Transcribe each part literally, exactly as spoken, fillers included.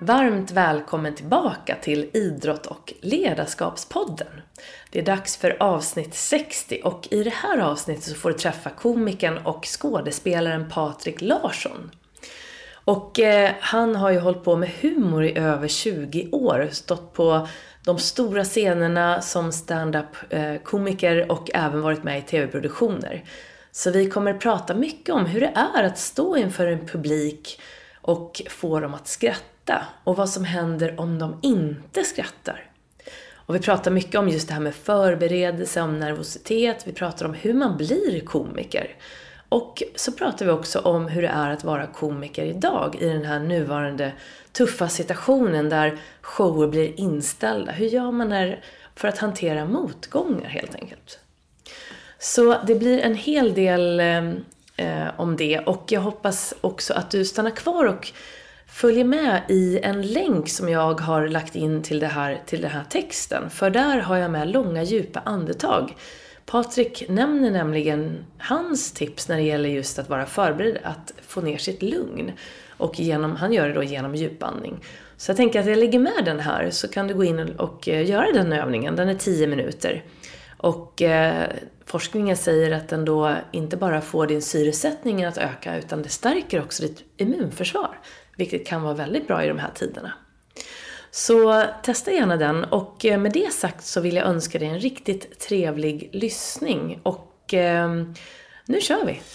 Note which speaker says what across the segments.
Speaker 1: Varmt välkommen tillbaka till Idrott- och ledarskapspodden. Det är dags för avsnitt sextio och i det här avsnittet så får du träffa komikern och skådespelaren Patrik Larsson. Och eh, han har ju hållit på med humor i över tjugo år, stått på de stora scenerna som stand-up eh, komiker och även varit med i tv-produktioner. Så vi kommer att prata mycket om hur det är att stå inför en publik och få dem att skratta. Och vad som händer om de inte skrattar. Och vi pratar mycket om just det här med förberedelse, om nervositet. Vi pratar om hur man blir komiker. Och så pratar vi också om hur det är att vara komiker idag i den här nuvarande tuffa situationen där shower blir inställda. Hur gör man när, för att hantera motgångar helt enkelt? Så det blir en hel del eh, om det, och jag hoppas också att du stannar kvar och följer med i en länk som jag har lagt in till, det här, till den här texten. För där har jag med långa djupa andetag. Patrik nämner nämligen hans tips när det gäller just att vara förberedd att få ner sitt lugn. Och genom, han gör det då genom djupandning. Så jag tänker att jag lägger med den här, så kan du gå in och göra den övningen. Den är tio minuter. Och eh, forskningen säger att den då inte bara får din syresättning att öka, utan det stärker också ditt immunförsvar. Vilket kan vara väldigt bra i de här tiderna. Så testa gärna den, och med det sagt så vill jag önska dig en riktigt trevlig lyssning. Och eh, nu kör vi!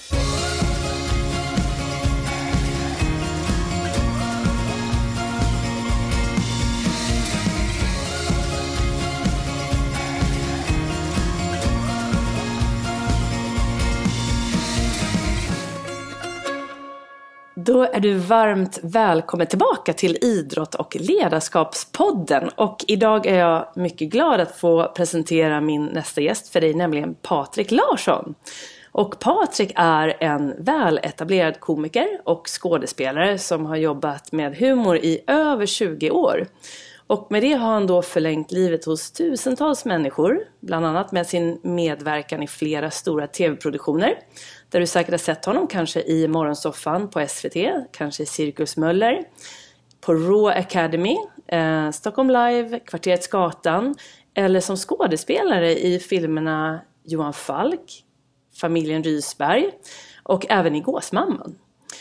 Speaker 1: Då är du varmt välkommen tillbaka till Idrott- och ledarskapspodden. Och idag är jag mycket glad att få presentera min nästa gäst för dig, nämligen Patrik Larsson. Och Patrik är en väletablerad komiker och skådespelare som har jobbat med humor i över tjugo år. Och med det har han då förlängt livet hos tusentals människor, bland annat med sin medverkan i flera stora tv-produktioner. Där du säkert har sett honom kanske i Morgonsoffan på S V T, kanske i Cirkus Möller, på Raw Academy, eh, Stockholm Live, Kvarterets Gatan, eller som skådespelare i filmerna Johan Falk, Familjen Rysberg och även i Gåsmamman.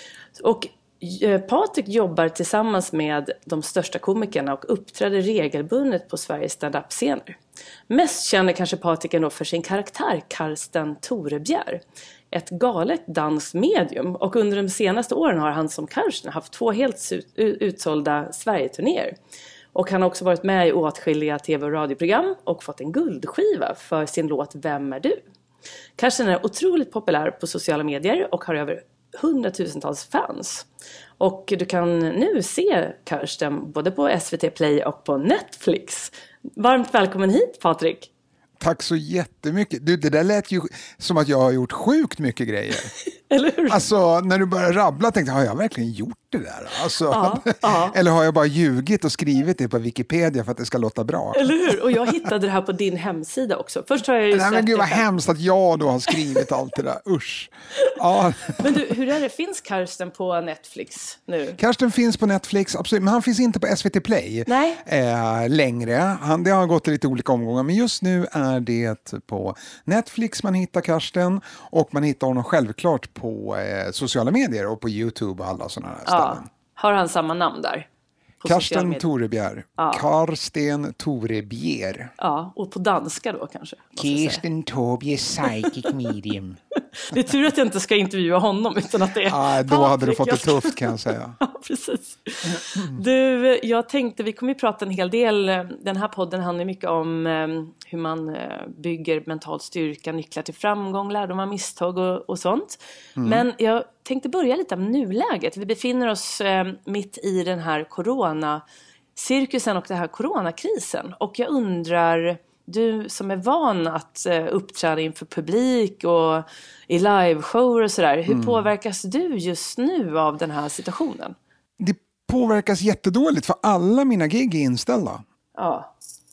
Speaker 1: Och Patrik jobbar tillsammans med de största komikerna och uppträder regelbundet på Sveriges stand-up-scener. Mest känner kanske Patrik ändå för sin karaktär Karsten Torebjer, ett galet danskt medium, och under de senaste åren har han som Karsten haft två helt utsålda Sverige-turnéer. Och han har också varit med i åtskilliga tv- och radioprogram och fått en guldskiva för sin låt Vem är du? Karsten är otroligt populär på sociala medier och har över hundratusentals fans. Och du kan nu se Karsten både på S V T Play och på Netflix. Varmt välkommen hit, Patrik.
Speaker 2: Tack så jättemycket. Du, det där lät ju som att jag har gjort sjukt mycket grejer.
Speaker 1: Eller hur?
Speaker 2: Alltså, när du började rabbla tänkte jag, har jag verkligen gjort det där? Alltså,
Speaker 1: ja, ja.
Speaker 2: Eller har jag bara ljugit och skrivit det på Wikipedia för att det ska låta bra?
Speaker 1: Eller hur? Och jag hittade det här på din hemsida också. Först har jag ju
Speaker 2: Nej,
Speaker 1: sett
Speaker 2: men gud vad
Speaker 1: det
Speaker 2: hemskt att jag då har skrivit allt det där. Usch. Ja.
Speaker 1: Men du, hur är det? Finns Karsten på Netflix nu?
Speaker 2: Karsten finns på Netflix, absolut. Men han finns inte på S V T Play
Speaker 1: Nej.
Speaker 2: Eh, längre. Han, det har gått i lite olika omgångar. Men just nu är det på Netflix man hittar Karsten. Och man hittar honom självklart på eh, sociala medier och på YouTube och alla sådana här
Speaker 1: ja.
Speaker 2: ställen.
Speaker 1: Har han samma namn där?
Speaker 2: Karsten Torebjer.
Speaker 1: Ja.
Speaker 2: Karsten Torebjer.
Speaker 1: Ja, och på danska då kanske.
Speaker 3: Karsten Torebjer, psychic medium.
Speaker 1: Det är tur att jag inte ska intervjua honom utan att det är
Speaker 2: Ja, då
Speaker 1: Patrik.
Speaker 2: hade du fått det tufft, kan jag säga.
Speaker 1: Ja, precis. Du, jag tänkte, vi kommer ju prata en hel del. Den här podden handlar mycket om hur man bygger mental styrka, nycklar till framgång, lärdom av misstag och, och sånt. Mm. Men jag tänkte börja lite om nuläget. Vi befinner oss mitt i den här corona-cirkusen och den här coronakrisen. Och jag undrar, du som är van att uppträda inför publik och i liveshower och sådär. Hur mm. påverkas du just nu av den här situationen?
Speaker 2: Det påverkas jättedåligt för alla mina gig är inställda.
Speaker 1: Ja.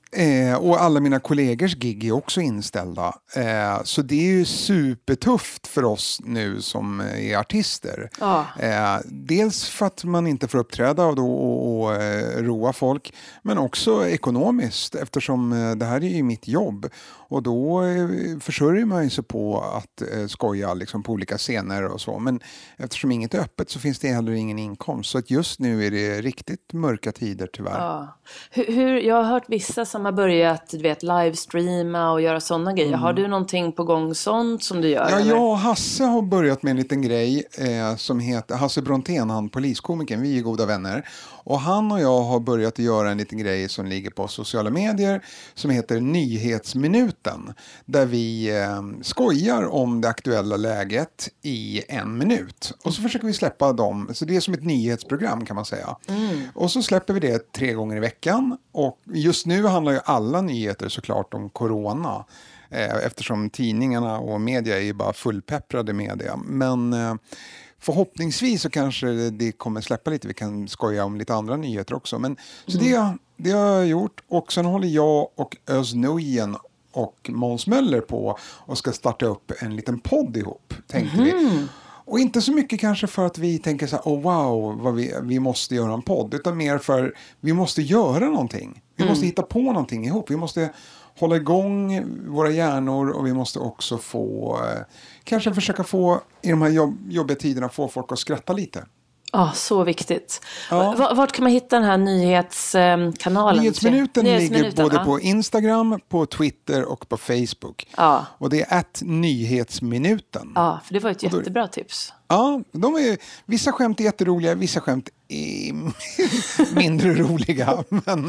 Speaker 2: Eh, och alla mina kollegors gig är också inställda. Eh, så det är ju supertufft för oss nu som är artister.
Speaker 1: Ja.
Speaker 2: Eh, dels för att man inte får uppträda och, då, och, och eh, roa folk. Men också ekonomiskt eftersom eh, det här är ju mitt jobb. Och då eh, försörjer man ju sig på att eh, skoja liksom, på olika scener och så. Men eftersom inget är öppet så finns det heller ingen inkomst. Så att just nu är det riktigt mörka tider tyvärr.
Speaker 1: Ja. Hur, hur, jag har hört vissa som har börjat du vet, livestreama och göra sådana grejer. Mm. Har du någonting på gång sånt som du gör?
Speaker 2: Ja,
Speaker 1: eller?
Speaker 2: jag och Hasse har börjat med en liten grej eh, som heter Hasse Brontén, han poliskomikern, vi är goda vänner. Och han och jag har börjat göra en liten grej som ligger på sociala medier som heter Nyhetsminuten. Där vi eh, skojar om det aktuella läget i en minut. Och så försöker vi släppa dem. Så det är som ett nyhetsprogram kan man säga. Mm. Och så släpper vi det tre gånger i veckan. Och just nu handlar ju alla nyheter såklart om corona. Eh, eftersom tidningarna och media är ju bara fullpepprade media. Men... Eh, Förhoppningsvis så kanske det kommer släppa lite. Vi kan skoja om lite andra nyheter också. Men, så
Speaker 1: mm.
Speaker 2: det, det har jag gjort. Och sen håller jag och Özz Nujen och Måns Möller på och ska starta upp en liten podd ihop, tänkte mm. vi. Och inte så mycket kanske för att vi tänker så här, oh wow, vad vi, vi måste göra en podd. Utan mer för vi måste göra någonting. Vi mm. måste hitta på någonting ihop. Vi måste hålla igång våra hjärnor och vi måste också få, eh, kanske försöka få i de här jobb, jobbiga tiderna få folk att skratta lite.
Speaker 1: Ja, så viktigt.
Speaker 2: Ja.
Speaker 1: Vart kan man hitta den här nyhetskanalen?
Speaker 2: Nyhetsminuten,
Speaker 1: Nyhetsminuten
Speaker 2: ligger både
Speaker 1: ja.
Speaker 2: på Instagram, på Twitter och på Facebook.
Speaker 1: Ja.
Speaker 2: Och det är att Nyhetsminuten.
Speaker 1: Ja, för det var ett
Speaker 2: då,
Speaker 1: jättebra tips.
Speaker 2: Ja, de är, vissa skämt är jätteroliga, vissa skämt är mindre roliga. Men,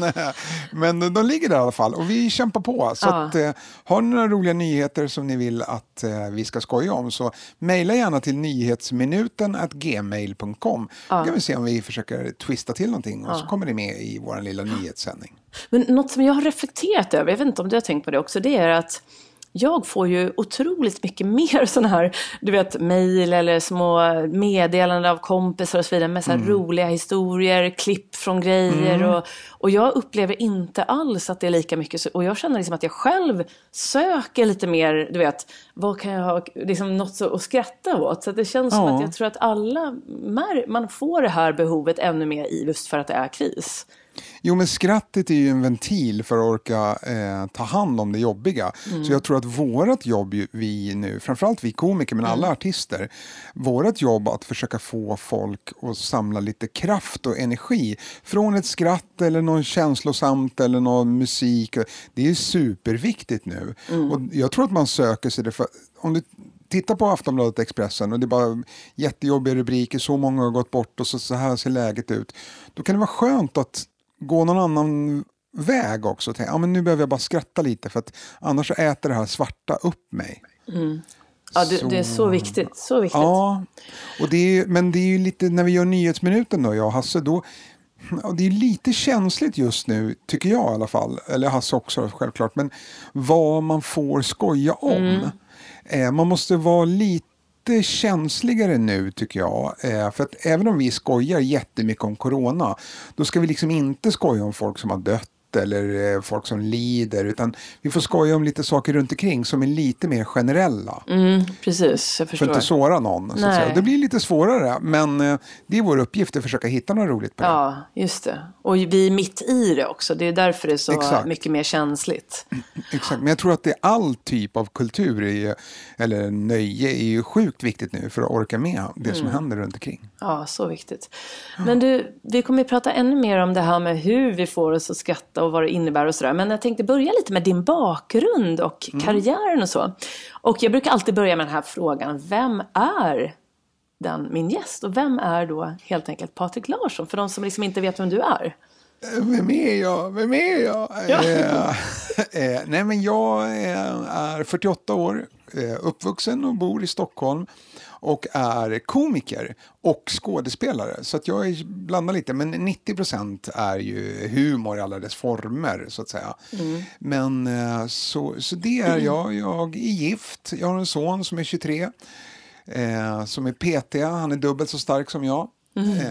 Speaker 2: men de ligger där i alla fall och vi kämpar på. Så
Speaker 1: ja.
Speaker 2: att, eh, har ni några roliga nyheter som ni vill att eh, vi ska skoja om så mejla gärna till nyhetsminuten at gmail punkt com.
Speaker 1: Ja.
Speaker 2: Då kan vi se om vi försöker twista till någonting och
Speaker 1: ja.
Speaker 2: så kommer det med i vår lilla nyhetssändning.
Speaker 1: Men något som jag har reflekterat över, jag vet inte om du har tänkt på det också, det är att jag får ju otroligt mycket mer sådana här, du vet, mejl eller små meddelanden av kompisar och så vidare med så här mm. roliga historier, klipp från grejer mm. och, och jag upplever inte alls att det är lika mycket, och jag känner liksom att jag själv söker lite mer, du vet, vad kan jag ha, liksom något så att skratta åt, så att det känns ja. som att jag tror att alla, man får det här behovet ännu mer i just för att det är kris.
Speaker 2: Jo, men skrattet är ju en ventil för att orka eh, ta hand om det jobbiga. Mm. Så jag tror att vårat jobb, vi nu, framförallt vi komiker men alla mm. artister, vårat jobb att försöka få folk att samla lite kraft och energi från ett skratt eller någon känslosamt eller någon musik. Det är superviktigt nu. Mm. Och jag tror att man söker sig det för, om du titta på Aftonbladet Expressen och det är bara jättejobbiga rubriker, så många har gått bort och så, så här ser läget ut. Då kan det vara skönt att gå någon annan väg också. Ja, men nu behöver jag bara skratta lite för att annars så äter det här svarta upp mig. Mm.
Speaker 1: Ja, det, så, det är så viktigt. Så viktigt.
Speaker 2: Ja, och det är, men det är ju lite, när vi gör nyhetsminuten då, jag och Hasse, då, och det är lite känsligt just nu, tycker jag i alla fall, eller Hasse också självklart, men vad man får skoja om. Mm. Eh, man måste vara lite känsligare nu tycker jag, eh, för att även om vi skojar jättemycket om corona, då ska vi liksom inte skoja om folk som har dött eller eh, folk som lider, utan vi får skoja om lite saker runt omkring som är lite mer generella.
Speaker 1: Mm, precis, jag förstår.
Speaker 2: För att inte såra någon. Så att säga. Det blir lite svårare, men eh, det är vår uppgift att försöka hitta något roligt på det.
Speaker 1: Ja, just det. Och vi är mitt i det också. Det är därför det är så
Speaker 2: Exakt.
Speaker 1: mycket mer känsligt.
Speaker 2: Exakt, men jag tror att det är all typ av kultur är ju, eller nöje är ju sjukt viktigt nu för att orka med det som mm. händer runt omkring.
Speaker 1: Ja, så viktigt. Men du, vi kommer att prata ännu mer om det här med hur vi får oss att skratta och vad det innebär och sådär. Men jag tänkte börja lite med din bakgrund och mm. karriären och så. Och jag brukar alltid börja med den här frågan. Vem är den, min gäst? Och vem är då helt enkelt Patrik Larsson? För de som liksom inte vet vem du är.
Speaker 2: Vem är jag? Vem är jag? Ja. Eh, eh, nej men jag är fyrtioåtta år, eh, uppvuxen och bor i Stockholm. Och är komiker och skådespelare. Så att jag blandar lite. Men nittio procent är ju humor i alla dess former så att säga. Mm. Men så, så det är jag. Jag är gift. Jag har en son som är tjugotre. Eh, som är P T. Han är dubbelt så stark som jag. Mm. Eh,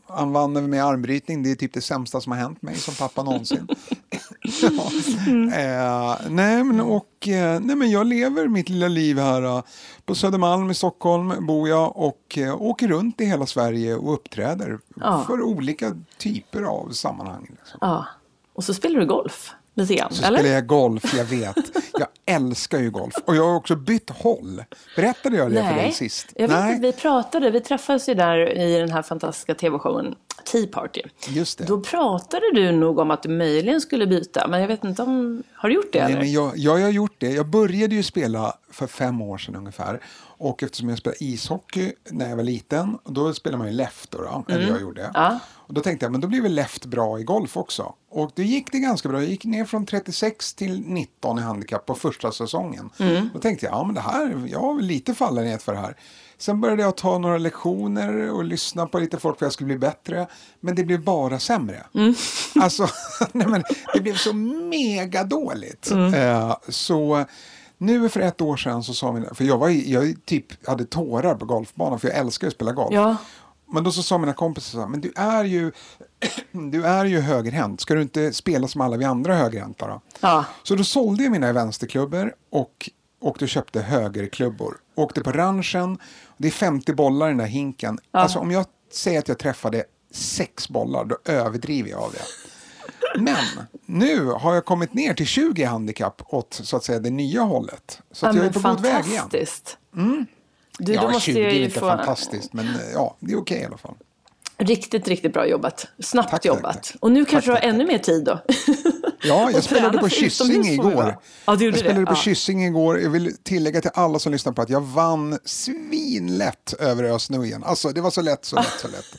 Speaker 2: Han vann över med armbrytning. Det är typ det sämsta som har hänt mig som pappa någonsin. ja. mm. eh, nej, men, och, eh, nej, men jag lever mitt lilla liv här. Uh, på Södermalm i Stockholm bor jag och uh, åker runt i hela Sverige och uppträder ja. för olika typer av sammanhang. Liksom.
Speaker 1: Ja, och så spelar du golf. Lite grann,
Speaker 2: så
Speaker 1: eller?
Speaker 2: spelar jag golf, jag vet. Jag älskar ju golf. Och jag har också bytt håll. Berättade jag det
Speaker 1: Nej,
Speaker 2: för dig sist?
Speaker 1: Jag vet att vi pratade, vi träffades ju där i den här fantastiska tv-showen Tea Party.
Speaker 2: Just det.
Speaker 1: Då pratade du nog om att du möjligen skulle byta. Men jag vet inte om, har du gjort det?
Speaker 2: Nej,
Speaker 1: eller?
Speaker 2: Men jag, ja, jag har gjort det. Jag började ju spela för fem år sedan ungefär. Och eftersom jag spelade ishockey när jag var liten, då spelade man ju left då, då eller mm. jag gjorde.
Speaker 1: Ja.
Speaker 2: Och då tänkte jag, men då blir väl left bra i golf också. Och då gick det ganska bra. Jag gick ner från trettiosex till nitton i handikapp på första säsongen. Mm. Då tänkte jag, ja men det här, jag har väl lite fallenhet för det här. Sen började jag ta några lektioner och lyssna på lite folk för att jag skulle bli bättre. Men det blev bara sämre. Mm. Alltså, nej men det blev så mega dåligt. Mm. Uh, så... Nu för ett år sedan så sa mina, för jag var jag typ hade tårar på golfbanan för jag älskar att spela golf.
Speaker 1: Ja.
Speaker 2: Men då så sa mina kompisar, men du är ju du är ju högerhänt. Ska du inte spela som alla vi andra högerhänta då?
Speaker 1: Ja.
Speaker 2: Så då sålde jag mina vänsterklubbor och åkte och köpte högerklubbor. Åkte på ranchen. Det är femtio bollar i den där hinken. Ja. Alltså om jag säger att jag träffade sex bollar, då överdriver jag av det. Men nu har jag kommit ner till tjugo handikapp åt så att säga det nya hållet. Så att
Speaker 1: ja,
Speaker 2: jag är på god väg igen.
Speaker 1: Fantastiskt.
Speaker 2: Mm.
Speaker 1: Du,
Speaker 2: ja,
Speaker 1: då måste
Speaker 2: tjugo är
Speaker 1: ju
Speaker 2: inte
Speaker 1: få...
Speaker 2: fantastiskt, men ja, det är okej okay i alla fall.
Speaker 1: Riktigt, riktigt bra jobbat. Snabbt
Speaker 2: tack,
Speaker 1: jobbat.
Speaker 2: Tack, tack.
Speaker 1: Och nu kanske
Speaker 2: tack,
Speaker 1: du har
Speaker 2: tack,
Speaker 1: ännu mer tid då.
Speaker 2: Ja, jag spelade på Kyssing igår.
Speaker 1: Ja, du
Speaker 2: jag spelade
Speaker 1: det.
Speaker 2: på
Speaker 1: Ja.
Speaker 2: Kyssing igår. Jag vill tillägga till alla som lyssnar på att jag vann svinlätt över Ösnujen. Alltså, det var så lätt, så lätt, så lätt.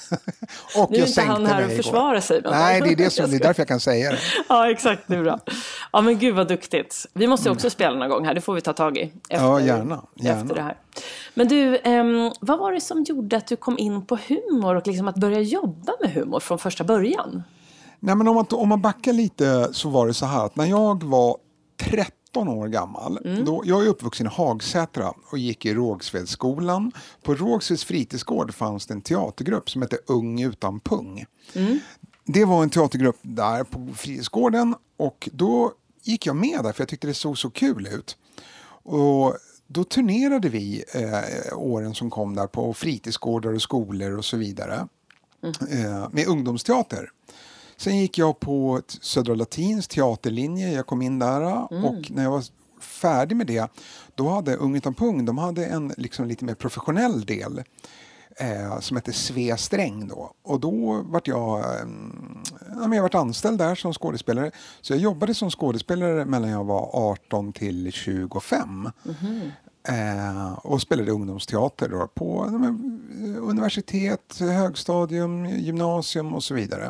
Speaker 2: Och
Speaker 1: nu är
Speaker 2: jag
Speaker 1: inte han här och försvara sig.
Speaker 2: Nej, det är, det, som, det är därför jag kan säga det.
Speaker 1: Ja, exakt. Det är bra. Ja, men gud vad duktigt. Vi måste också mm. spela någon gång här. Det får vi ta tag i. Efter,
Speaker 2: ja, gärna. gärna.
Speaker 1: Efter det här. Men du, um, vad var det som gjorde att du kom in på humor och liksom att börja jobba med humor från första början?
Speaker 2: Nej, men om man, om man backar lite så var det så här att när jag var tretton år gammal, mm. då, jag är uppvuxen i Hagsätra och gick i Rågsvedsskolan. På Rågsveds fritidsgård fanns det en teatergrupp som hette Ung utan pung. Mm. Det var en teatergrupp där på fritidsgården och då gick jag med där för jag tyckte det såg så kul ut. Och då turnerade vi eh, åren som kom där på fritidsgårdar och skolor och så vidare mm. eh, med ungdomsteater. Sen gick jag på Södra Latins teaterlinje, jag kom in där mm. och när jag var färdig med det, då hade Ung utan pung, de hade en liksom lite mer professionell del eh, som hette Sve Sträng då. Och då vart jag, eh, jag varit anställd där som skådespelare. Så jag jobbade som skådespelare mellan jag var arton till tjugofem. Mm. Eh, och spelade ungdomsteater då på eh, universitet, högstadium, gymnasium och så vidare.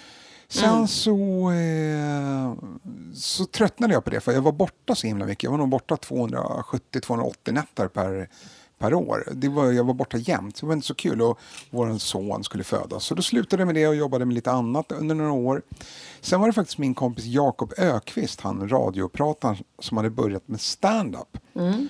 Speaker 2: Sen mm. så, eh, så tröttnade jag på det för jag var borta så himla mycket. Jag var nog borta tvåhundrasjuttio till tvåhundraåttio nätter per, per år. Det var, jag var borta jämt. Det var inte så kul och vår son skulle födas. Så då slutade jag med det och jobbade med lite annat under några år. Sen var det faktiskt min kompis Jakob Ökvist, han radioprataren som hade börjat med stand-up. Mm.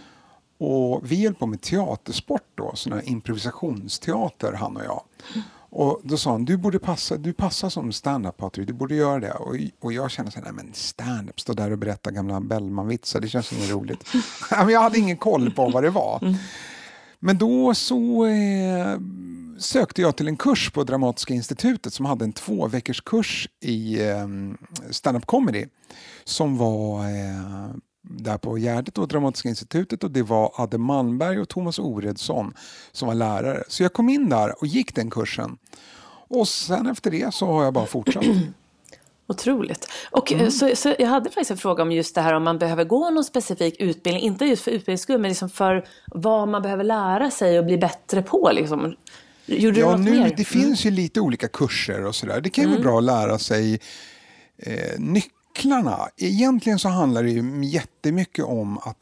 Speaker 2: Och vi höll på med teatersport då, sån här improvisationsteater han och jag. Och då sa han, du borde passa, du passar som stand-up Patrik, du borde göra det. Och, och jag kände så här, nej men stand-up, stå där och berätta gamla Bellman-vitsar, det känns inte roligt. Men jag hade ingen koll på vad det var. Mm. Men då så eh, sökte jag till en kurs på Dramatiska institutet som hade en två veckors kurs i eh, stand-up comedy som var eh, där på Gärdet och Dramatiska institutet och det var Adde Malmberg och Thomas Oredsson som var lärare. Så jag kom in där och gick den kursen. Och sen efter det så har jag bara fortsatt.
Speaker 1: Otroligt. Och mm. så, så jag hade faktiskt en fråga om just det här om man behöver gå någon specifik utbildning, inte just för utbildningens skull, men liksom för vad man behöver lära sig och bli bättre på liksom. Gjorde
Speaker 2: ja,
Speaker 1: du något
Speaker 2: nu,
Speaker 1: mer?
Speaker 2: Det mm. finns ju lite olika kurser och sådär. Det kan ju mm. vara bra att lära sig eh, nycklarna. Egentligen så handlar det ju jättemycket om att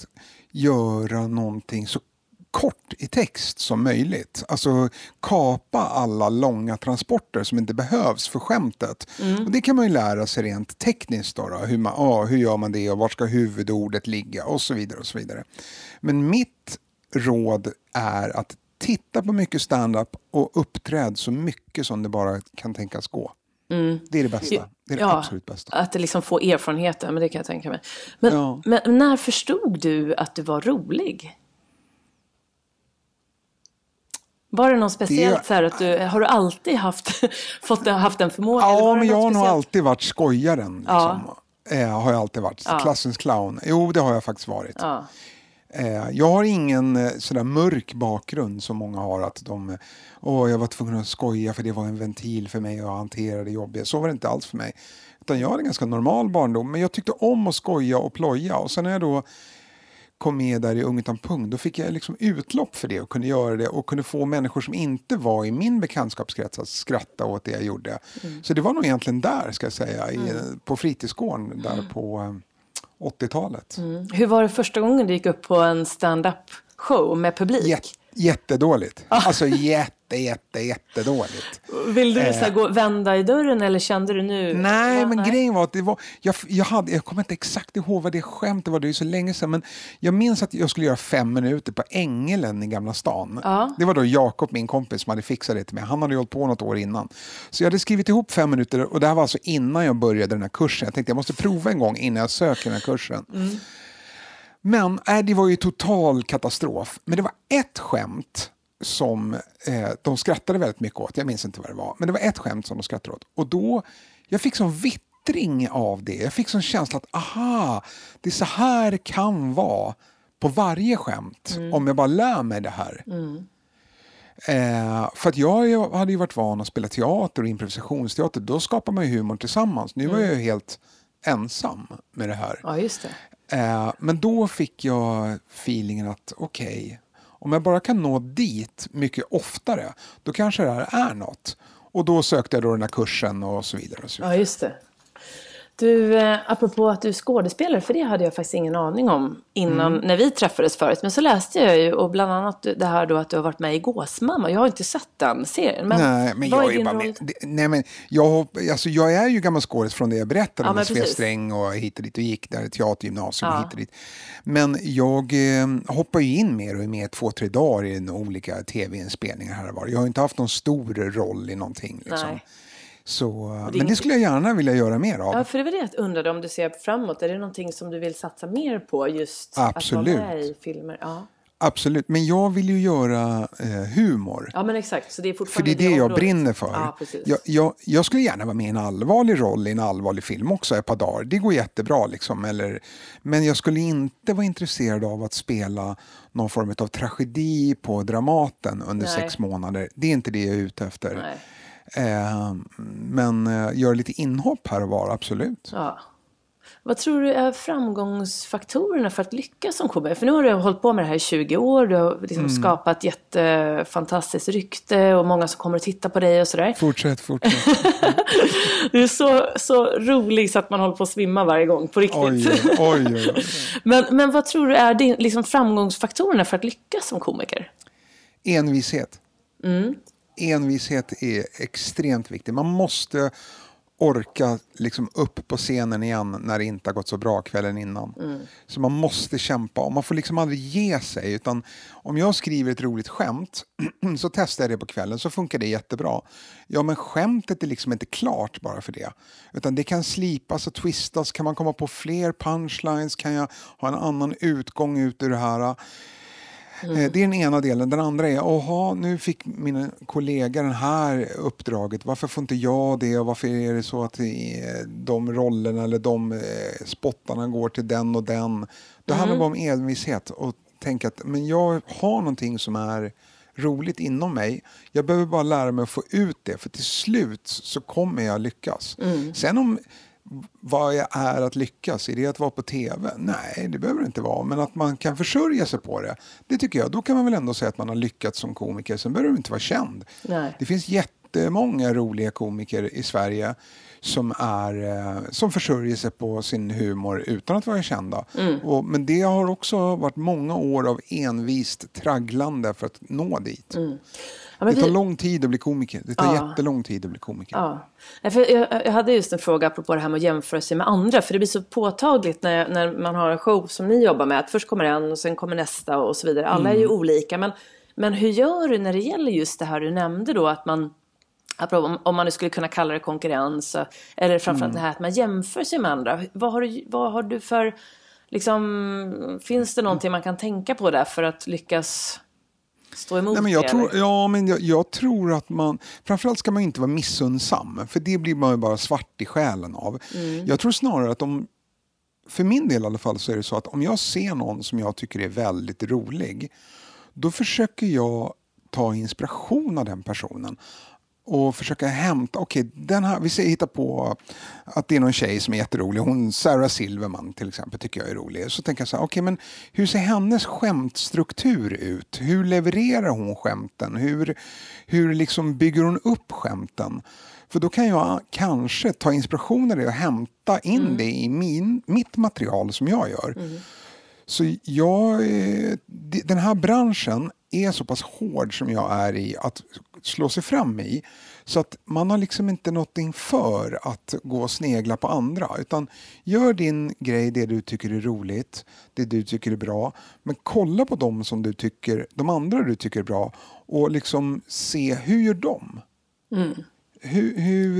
Speaker 2: göra någonting så kort i text som möjligt. Alltså kapa alla långa transporter som inte behövs för skämtet. Mm. Och det kan man ju lära sig rent tekniskt då. då hur, man, ah, hur gör man det och var ska huvudordet ligga och så vidare och så vidare. Men mitt råd är att titta på mycket stand-up och uppträd så mycket som det bara kan tänkas gå. Mm. Det är det bästa. Det är det
Speaker 1: ja,
Speaker 2: absolut bästa.
Speaker 1: Att det liksom får erfarenheter, men det kan jag tänka mig. Men,
Speaker 2: ja.
Speaker 1: men när förstod du att du var rolig? Var det något speciellt det... så här att du, har du alltid haft, fått, haft en förmåga?
Speaker 2: Ja, men jag har nog alltid varit skojaren. Liksom. Ja. Eh, har jag alltid varit. Ja. Klassens clown. Jo, det har jag faktiskt varit. Ja. Eh, jag har ingen sådär mörk bakgrund som många har. Att de, åh, jag var tvungen att skoja för det var en ventil för mig att hantera det jobbiga. Så var det inte alls för mig. Utan jag hade en ganska normal barndom. Men jag tyckte om att skoja och ploja. Och sen när jag då kom med där i Ung utan punkt, då fick jag liksom utlopp för det och kunde göra det och kunde få människor som inte var i min bekantskapskrets att skratta åt det jag gjorde. Mm. Så det var nog egentligen där, ska jag säga, i, mm. på fritidsgården där mm. på eh, åttiotalet.
Speaker 1: Mm. Hur var det första gången du gick upp på en stand-up show med publik?
Speaker 2: Jät- jättedåligt. Ah. Alltså jätte, jätte, jättedåligt.
Speaker 1: Vill du så här, gå vända i dörren eller kände du nu?
Speaker 2: Nej, ja, men nej. Grejen var att det var, jag, jag, hade, jag kommer inte exakt ihåg vad det skämtet var, det är så länge sedan, men jag minns att jag skulle göra fem minuter på Ängelen i Gamla stan. Ja. Det var då Jakob, min kompis, som hade fixat det till mig. Han hade hållit på något år innan. Så jag hade skrivit ihop fem minuter och det här var alltså innan jag började den här kursen. Jag tänkte jag måste prova en gång innan jag söker den här kursen. Mm. Men äh, det var ju total katastrof. Men det var ett skämt som eh, de skrattade väldigt mycket åt. Jag minns inte vad det var. Men det var ett skämt som de skrattade åt. Och då, jag fick sån vittring av det. Jag fick sån känsla att, aha, det är så här det kan vara på varje skämt. Mm. Om jag bara lär mig det här. Mm. Eh, för att jag, jag hade ju varit van att spela teater och improvisationsteater. Då skapar man ju humor tillsammans. Nu mm. var jag ju helt ensam med det här.
Speaker 1: Ja, just det.
Speaker 2: Eh, men då fick jag feelingen att okej, okay, om jag bara kan nå dit mycket oftare, då kanske det här är något. Och då sökte jag då den här kursen och så vidare. Och så vidare.
Speaker 1: Ja, just det. Du, eh, apropå att du är skådespelare, för det hade jag faktiskt ingen aning om innan mm. när vi träffades förut. Men så läste jag ju, och bland annat det här då att du har varit med i Gåsmamma. Jag har inte sett den serien. Men
Speaker 2: nej, men jag är, är bara med. Det, nej, men jag, alltså, jag är ju gammal skådis från det jag berättade. Ja, med Svea Sträng och hit och dit och gick där i teatergymnasium ja. och hit och dit. Men jag eh, hoppar ju in mer och är med två, tre dagar i olika tv-inspelningar här och var. Jag har inte haft någon stor roll i någonting liksom. Nej. Så, det men det skulle jag gärna vilja göra mer av.
Speaker 1: Ja, för det var det jag undrade om du ser framåt. Är det någonting som du vill satsa mer på? Just
Speaker 2: absolut.
Speaker 1: Att vara med i filmer? Ja.
Speaker 2: Absolut, men jag vill ju göra eh, humor.
Speaker 1: Ja, men exakt. Så det är fortfarande
Speaker 2: för det är det jag brinner för.
Speaker 1: Ja, precis.
Speaker 2: Jag, jag, jag skulle gärna vara med i en allvarlig roll i en allvarlig film också ett par dagar. Det går jättebra liksom. Eller, men jag skulle inte vara intresserad av att spela någon form av tragedi på Dramaten under Nej. sex månader. Det är inte det jag är ute efter. Nej. Eh, men eh, gör lite inhopp här och var, absolut.
Speaker 1: Ja. Vad tror du är framgångsfaktorerna för att lyckas som komiker? För nu har du hållit på med det här i tjugo år. Du har liksom mm. skapat jättefantastiskt rykte och många som kommer att titta på dig och sådär.
Speaker 2: Fortsätt, fortsätt.
Speaker 1: Du är så, så rolig så att man håller på att svimma varje gång, på riktigt.
Speaker 2: Oj, oj, oj, oj.
Speaker 1: men, men vad tror du är din, liksom framgångsfaktorerna för att lyckas som komiker?
Speaker 2: Envishet.
Speaker 1: Mm.
Speaker 2: Envishet är extremt viktigt. Man måste orka liksom upp på scenen igen när det inte har gått så bra kvällen innan. Mm. Så man måste kämpa och man får liksom aldrig ge sig. Utan om jag skriver ett roligt skämt så testar jag det på kvällen så funkar det jättebra. Ja, men skämtet är liksom inte klart bara för det. Utan det kan slipas och twistas. Kan man komma på fler punchlines? Kan jag ha en annan utgång ut ur det här? Mm. Det är den ena delen. Den andra är, åha, nu fick mina kollegor den här uppdraget. Varför får inte jag det? Och varför är det så att de rollerna eller de spottarna går till den och den? Det mm. handlar bara om envishet och tänka att men jag har någonting som är roligt inom mig. Jag behöver bara lära mig att få ut det. För till slut så kommer jag lyckas. Mm. Sen om vad jag är att lyckas, är det att vara på tv? Nej, det behöver det inte vara. Men att man kan försörja sig på det, det tycker jag. Då kan man väl ändå säga att man har lyckats som komiker. Sen behöver du inte vara känd. Nej. Det finns jättemånga roliga komiker i Sverige som, är, som försörjer sig på sin humor utan att vara kända. Mm. Och, men det har också varit många år av envist tragglande för att nå dit. Mm. Ja, det tar vi... lång tid att bli komiker. Det tar ja. jättelång tid att bli komiker.
Speaker 1: Ja. För jag, jag hade just en fråga apropå det här med att jämföra sig med andra. För det blir så påtagligt när, när man har en show som ni jobbar med. Att först kommer en och sen kommer nästa och så vidare. Alla mm. är ju olika. Men Men hur gör du när det gäller just det här du nämnde då, att man, om man nu skulle kunna kalla det konkurrens, eller framförallt mm. det här att man jämför sig med andra. Vad har du, vad har du för, liksom, finns det någonting man kan tänka på där för att lyckas stå emot?
Speaker 2: Nej, men jag
Speaker 1: det,
Speaker 2: tror, ja, men jag, jag tror att man, framförallt ska man inte vara missunnsam, för det blir man ju bara svart i själen av. Mm. Jag tror snarare att om, för min del i alla fall, så är det så att om jag ser någon som jag tycker är väldigt rolig, då försöker jag ta inspiration av den personen och försöka hämta, okej, okay, den här, vi säger hitta på att det är någon tjej som är jätterolig, hon Sarah Silverman till exempel tycker jag är rolig, så tänker jag så här, okej, okay, men hur ser hennes skämtstruktur ut? Hur levererar hon skämten? Hur, hur liksom bygger hon upp skämten? För då kan jag kanske ta inspiration av det och hämta in mm. det i min, mitt material som jag gör. Mm. Så jag, den här branschen är så pass hård som jag är i att slå sig fram i, så att man har liksom inte något inför att gå och snegla på andra, utan gör din grej, det du tycker är roligt, det du tycker är bra, men kolla på dem som du tycker, de andra du tycker är bra, och liksom se hur gör de? Mm. Hur, hur,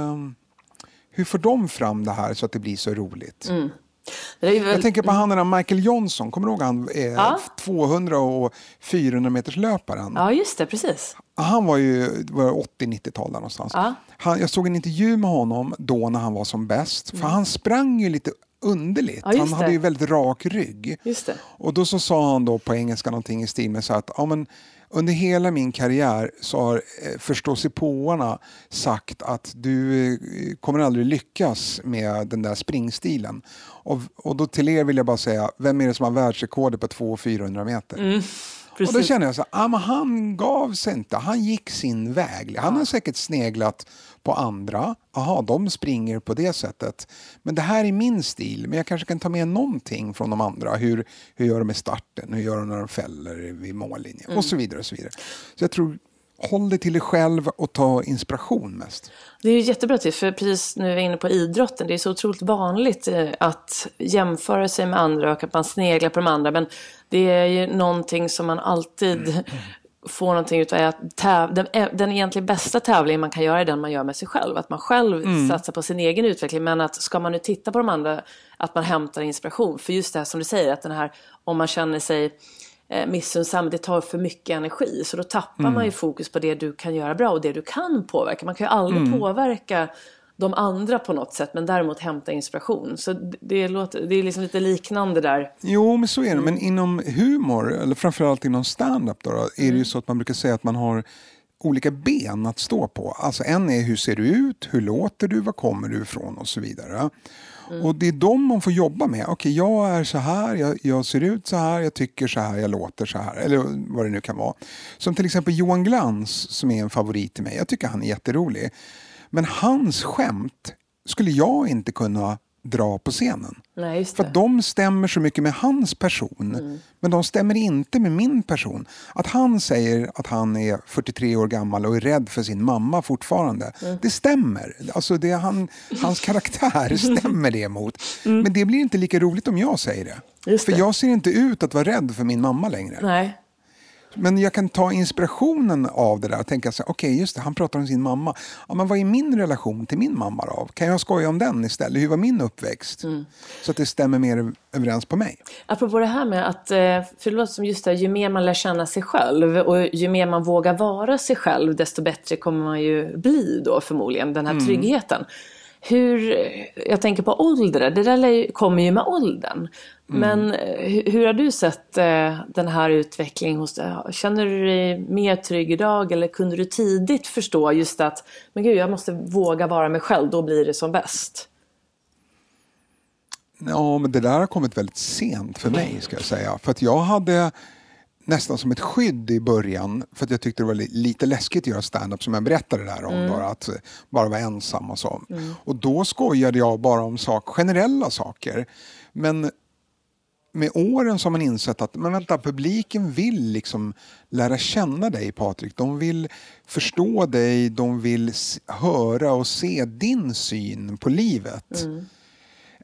Speaker 2: hur får de fram det här så att det blir så roligt? Mm. Väl... Jag tänker på han den Michael Johnson, kommer du ihåg han är ja. tvåhundra och fyrahundra meters löparen?
Speaker 1: Ja, just det, precis.
Speaker 2: Han var ju åttio-nittiotal där någonstans. Ja. Han, jag såg en intervju med honom då när han var som bäst, för mm. han sprang ju lite underligt. Ja, han hade ju väldigt rak rygg.
Speaker 1: Just det.
Speaker 2: Och då så sa han då på engelska någonting i stil med så att ja, men under hela min karriär så har förståsigpåarna sagt att du kommer aldrig lyckas med den där springstilen. Och, och då till er vill jag bara säga, vem är det som har världsrekordet på två fyrahundra meter? Mm, och då känner jag så här, ah, men han gav sig inte, han gick sin väg. Han har säkert sneglat på andra. Aha, de springer på det sättet. Men det här är min stil. Men jag kanske kan ta med någonting från de andra. Hur, hur gör de med starten? Hur gör de när de fäller vid mållinjen? Mm. Och så vidare och så vidare. Så jag tror, håll det till dig själv och ta inspiration mest.
Speaker 1: Det är ju jättebra till, för precis nu är vi inne på idrotten. Det är så otroligt vanligt att jämföra sig med andra och att man sneglar på de andra. Men det är ju någonting som man alltid... Mm. få någonting utav att täv- den, den egentligen bästa tävlingen man kan göra är den man gör med sig själv. Att man själv mm. satsar på sin egen utveckling. Men att ska man nu titta på de andra, att man hämtar inspiration. För just det här som du säger, att den här, om man känner sig eh, missunnsam, det tar för mycket energi. Så då tappar mm. man ju fokus på det du kan göra bra och det du kan påverka. Man kan ju aldrig mm. påverka de andra på något sätt, men däremot hämta inspiration. Så det, låter, det är liksom lite liknande där.
Speaker 2: Jo, men så är det. Mm. Men inom humor, eller framförallt inom stand-up då, är det ju så att man brukar säga att man har olika ben att stå på. Alltså en är hur ser du ut, hur låter du, var kommer du ifrån och så vidare. Mm. Och det är de man får jobba med. Okej, jag är så här, jag, jag ser ut så här, jag tycker så här, jag låter så här. Eller vad det nu kan vara. Som till exempel Johan Glans som är en favorit till mig. Jag tycker han är jätterolig. Men hans skämt skulle jag inte kunna dra på scenen.
Speaker 1: Nej, just det.
Speaker 2: För att de stämmer så mycket med hans person. Mm. Men de stämmer inte med min person. Att han säger att han är fyrtiotre år gammal och är rädd för sin mamma fortfarande. Mm. Det stämmer. Alltså det är han, hans karaktär stämmer det emot. Mm. Men det blir inte lika roligt om jag säger det. Just för det. Jag ser inte ut att vara rädd för min mamma längre.
Speaker 1: Nej.
Speaker 2: Men jag kan ta inspirationen av det där och tänka så här, okej, okay, just det, han pratar om sin mamma. Ja, men vad är min relation till min mamma då? Kan jag skoja om den istället? Hur var min uppväxt? Mm. Så att det stämmer mer överens på mig.
Speaker 1: Apropå det här med att, för det låter som just det, ju mer man lär känna sig själv och ju mer man vågar vara sig själv, desto bättre kommer man ju bli då förmodligen, den här mm. tryggheten. Hur, jag tänker på ålder, det där kommer ju med åldern. Mm. Men hur, hur har du sett eh, den här utvecklingen hos dig? Känner du dig mer trygg idag, eller kunde du tidigt förstå just att men gud, jag måste våga vara mig själv, då blir det som bäst?
Speaker 2: Ja, men det där har kommit väldigt sent för mig, ska jag säga. För att jag hade nästan som ett skydd i början, för att jag tyckte det var lite läskigt att göra stand-up, som jag berättade där om, mm. bara att bara vara ensam och så. Mm. Och då skojade jag bara om sak, generella saker. Men med åren så har man insett att men vänta, publiken vill liksom lära känna dig, Patrik. De vill förstå dig, de vill höra och se din syn på livet. Mm.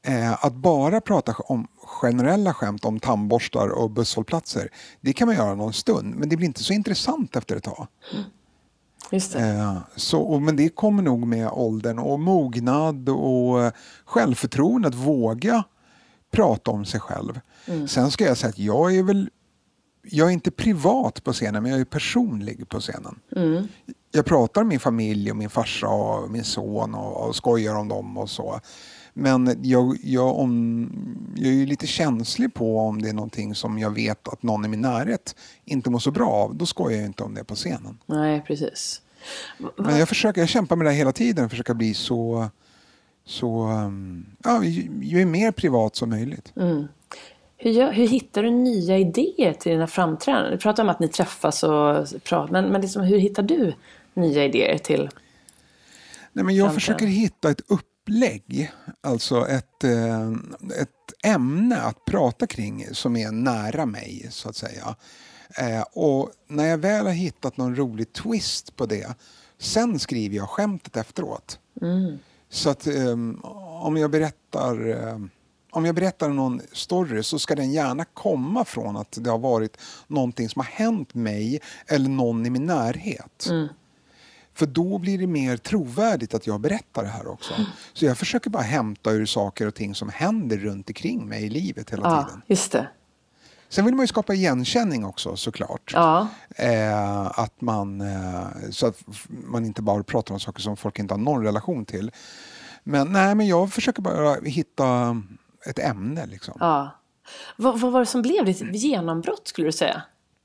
Speaker 2: Eh, att bara prata om generella skämt om tandborstar och busshållplatser, det kan man göra någon stund, men det blir inte så intressant efter ett tag.
Speaker 1: Mm. Just det.
Speaker 2: Eh, så, och, men det kommer nog med åldern och mognad och självförtroende att våga prata om sig själv. Mm. Sen ska jag säga att jag är väl jag är inte privat på scenen, men jag är personlig på scenen. Mm. Jag pratar med min familj och min farsa och min son och, och skojar om dem och så. Men jag, jag, om, jag är ju lite känslig på om det är någonting som jag vet att någon i min närhet inte mår så bra av. Då skojar jag inte om det på scenen.
Speaker 1: Nej, precis.
Speaker 2: Va? Men jag försöker, jag kämpar med det hela tiden. Försöka bli så, så ja, jag är mer privat som möjligt.
Speaker 1: Mm. Hur, gör, hur hittar du nya idéer till dina framträdanden? Du pratar om att ni träffas och pratar, men, men liksom, hur hittar du nya idéer till
Speaker 2: Nej, men jag försöker hitta ett upplägg, alltså ett, ett ämne att prata kring som är nära mig, så att säga. Och när jag väl har hittat någon rolig twist på det, sen skriver jag skämtet efteråt. Mm. Så att om jag berättar... Om jag berättar någon story så ska den gärna komma från att det har varit någonting som har hänt mig eller någon i min närhet. Mm. För då blir det mer trovärdigt att jag berättar det här också. Mm. Så jag försöker bara hämta ur saker och ting som händer runt omkring mig i livet hela
Speaker 1: ja,
Speaker 2: tiden.
Speaker 1: Just det.
Speaker 2: Sen vill man ju skapa igenkänning också, såklart.
Speaker 1: Ja.
Speaker 2: Eh, att man, eh, så att man inte bara pratar om saker som folk inte har någon relation till. Men nej, men jag försöker bara hitta ett ämne liksom.
Speaker 1: Ja. Vad, vad var det som blev ditt genombrott, skulle du säga?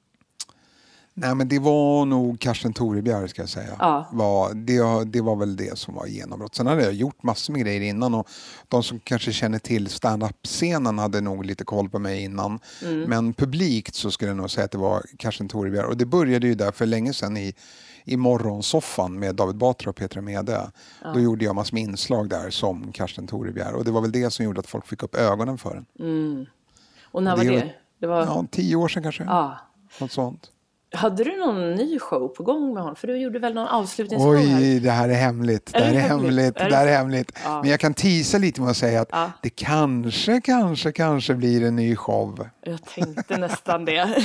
Speaker 2: Nej, men det var nog Karsten Torebjer, ska jag säga.
Speaker 1: Ja.
Speaker 2: Var, det, det var väl det som var genombrott. Sen hade jag gjort massor med grejer innan, och de som kanske känner till stand-up-scenen hade nog lite koll på mig innan. Mm. Men publikt så skulle jag nog säga att det var Karsten Torebjer. Och det började ju där för länge sedan i i morgonsoffan med David Batra och Petra Mede. Ja. Då gjorde jag massor med inslag där som Karsten Torebjer. Och det var väl det som gjorde att folk fick upp ögonen för den.
Speaker 1: Mm. Och när och det var det? Det var...
Speaker 2: Ja, tio år sedan kanske.
Speaker 1: Ja.
Speaker 2: Något sånt.
Speaker 1: Hade du någon ny show på gång med honom? För du gjorde väl någon avslutningsshow
Speaker 2: här?
Speaker 1: Oj,
Speaker 2: det här är hemligt. Är det, det är hemligt. hemligt. Är det... det här är hemligt. Ja. Men jag kan teasa lite med att säga att ja. det kanske, kanske, kanske blir en ny show.
Speaker 1: Jag tänkte nästan det.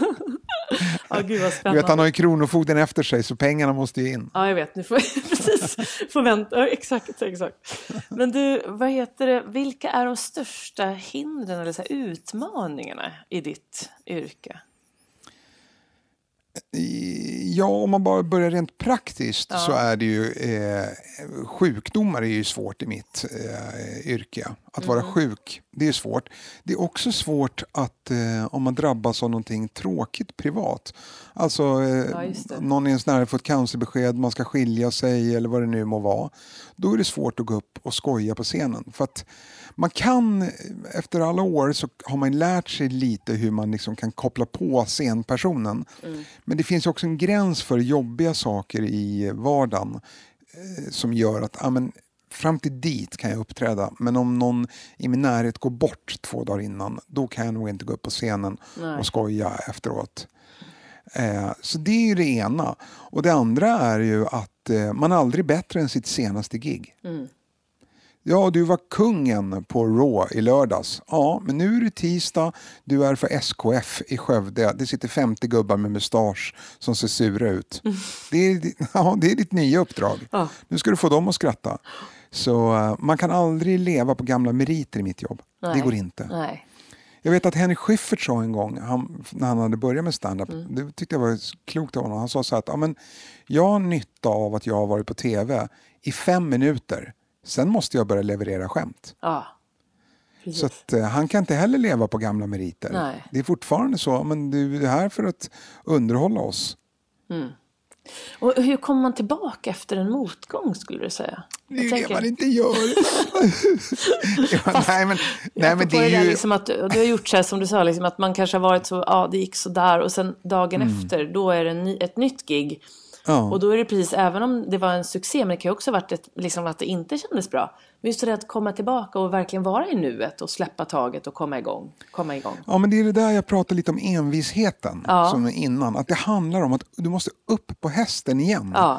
Speaker 1: Ja, gud vad spännande.
Speaker 2: Du vet, han har ju kronofogden efter sig, så pengarna måste ju in.
Speaker 1: Ja, jag vet. Nu får precis får vänta. Ja, exakt, exakt. Men du, vad heter det? Vilka är de största hindren eller så här, utmaningarna i ditt yrke?
Speaker 2: Ja, om man bara börjar rent praktiskt ja. så är det ju eh, sjukdomar är ju svårt i mitt eh, yrke. Att vara mm. sjuk, det är svårt. Det är också svårt att eh, om man drabbas av någonting tråkigt privat. Alltså eh, ja, någon i ens nära får ett cancerbesked, man ska skilja sig eller vad det nu må vara. Då är det svårt att gå upp och skoja på scenen. För att man kan, efter alla år så har man lärt sig lite hur man liksom kan koppla på scenpersonen. Mm. Men det finns också en gräns för jobbiga saker i vardagen eh, som gör att ja, men, fram till dit kan jag uppträda. Men om någon i min närhet går bort två dagar innan, då kan jag nog inte gå upp på scenen Nej. och skoja efteråt. Eh, så det är ju det ena. Och det andra är ju att eh, man är aldrig bättre än sitt senaste gig. Mm. Ja, du var kungen på Raw i lördags. Ja, men nu är det tisdag. Du är för S K F i Skövde. Det sitter femtio gubbar med mustasch som ser sura ut. Mm. Det, är, ja, det är ditt nya uppdrag. Ja. Nu ska du få dem att skratta. Så uh, man kan aldrig leva på gamla meriter i mitt jobb. Nej. Det går inte.
Speaker 1: Nej.
Speaker 2: Jag vet att Henrik Schyffert sa en gång, han, när han hade börjat med stand-up, mm. det tyckte jag var klokt av honom. Han sa så här att ja, men, jag har nytta av att jag har varit på tv i fem minuter. Sen måste jag börja leverera skämt.
Speaker 1: Ja,
Speaker 2: så att, uh, han kan inte heller leva på gamla meriter.
Speaker 1: Nej.
Speaker 2: Det är fortfarande så, men du är här för att underhålla oss.
Speaker 1: Mm. Och hur kommer man tillbaka efter en motgång, skulle du säga?
Speaker 2: Det är ju det man inte gör. ja, nej, men, nej, men det är ju...
Speaker 1: liksom att, du har gjort så här som du sa, liksom att man kanske har varit så, ja det gick så där, och sen dagen mm. efter, då är det en, ett nytt gig. Ja. Och då är det precis, även om det var en succé, men det kan ju också ha varit ett, liksom att det inte kändes bra. Men just det att komma tillbaka och verkligen vara i nuet och släppa taget och komma igång. Komma igång.
Speaker 2: Ja, men det är det där jag pratar lite om envisheten ja. som innan. Att det handlar om att du måste upp på hästen igen.
Speaker 1: Ja.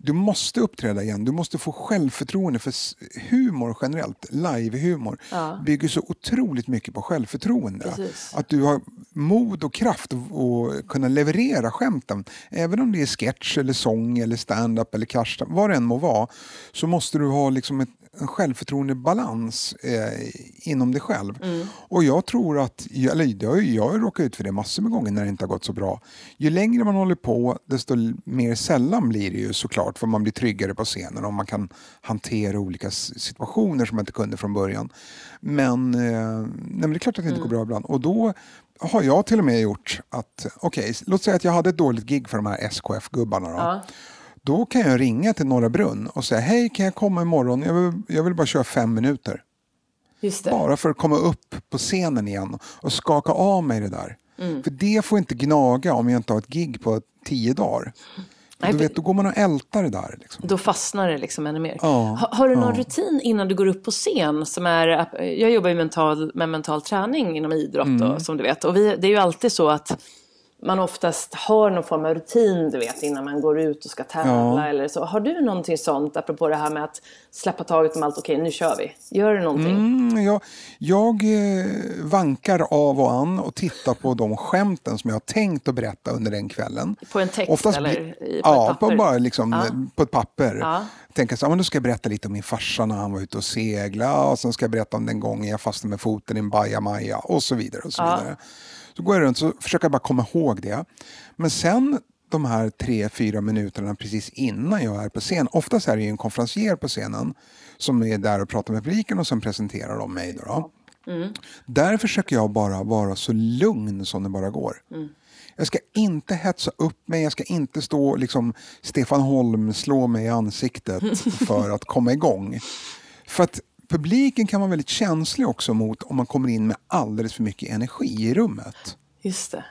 Speaker 2: du måste uppträda igen. Du måste få självförtroende, för humor generellt, live-humor,
Speaker 1: Ja.
Speaker 2: bygger så otroligt mycket på självförtroende.
Speaker 1: Precis.
Speaker 2: Att du har mod och kraft att kunna leverera skämten. Även om det är sketch eller sång eller stand-up eller karsta, vad det än må vara, så måste du ha liksom ett, en självförtroendebalans eh, inom dig själv.
Speaker 1: Mm.
Speaker 2: Och jag tror att, eller jag, jag har råkat ut för det massor med gånger när det inte har gått så bra. Ju längre man håller på, desto mer sällan blir det ju såklart, för man blir tryggare på scenen och man kan hantera olika situationer som man inte kunde från början. Men, eh, nej, men det är klart att det inte går bra ibland. Och då har jag till och med gjort att, okej, okay, låt säga att jag hade ett dåligt gig för de här S K F-gubbarna då.
Speaker 1: Ja.
Speaker 2: Då kan jag ringa till Norra Brunn och säga, hej, kan jag komma imorgon? Jag vill, jag vill bara köra fem minuter.
Speaker 1: Just det.
Speaker 2: Bara för att komma upp på scenen igen och skaka av mig det där.
Speaker 1: Mm.
Speaker 2: För det får inte gnaga om jag inte har ett gig på tio dagar.
Speaker 1: Nej,
Speaker 2: du
Speaker 1: för-
Speaker 2: vet, då går man och ältar det där. Liksom.
Speaker 1: Då fastnar det liksom ännu mer.
Speaker 2: Ja,
Speaker 1: ha, har du någon
Speaker 2: ja.
Speaker 1: rutin innan du går upp på scen? Som är, jag jobbar ju mental, med mental träning inom idrott
Speaker 2: Mm.
Speaker 1: och, som du vet. Och vi, det är ju alltid så att man oftast har någon form av rutin, du vet, innan man går ut och ska tävla
Speaker 2: Ja.
Speaker 1: eller så. Har du någonting sånt, apropå det här med att släppa taget om allt, okej, nu kör vi. Gör du någonting?
Speaker 2: Mm, jag jag eh, vankar av och an och tittar på de skämten som jag har tänkt att berätta under den kvällen.
Speaker 1: På en text
Speaker 2: Oftast
Speaker 1: eller
Speaker 2: blir-
Speaker 1: i, på
Speaker 2: ja,
Speaker 1: ett papper?
Speaker 2: på, bara liksom,
Speaker 1: Ja.
Speaker 2: eh, på ett papper.
Speaker 1: Ja.
Speaker 2: Tänker så här, men då ska jag berätta lite om min farsa när han var ute och segla, och sen ska jag berätta om den gången jag fastnade med foten i en bajamaja och så vidare. Och så,
Speaker 1: Ja.
Speaker 2: vidare. Så går jag runt och försöker jag bara komma ihåg det. Men sen de här tre, fyra minuterna precis innan jag är på scen, oftast är det ju en konferencier på scenen som är där och pratar med publiken och sen presenterar de mig. Då, då.
Speaker 1: Mm.
Speaker 2: Där försöker jag bara vara så lugn som det bara går.
Speaker 1: Mm.
Speaker 2: Jag ska inte hetsa upp mig, jag ska inte stå liksom Stefan Holm slå mig i ansiktet för att komma igång. För att publiken kan vara väldigt känslig också mot om man kommer in med alldeles för mycket energi i rummet.
Speaker 1: Just det.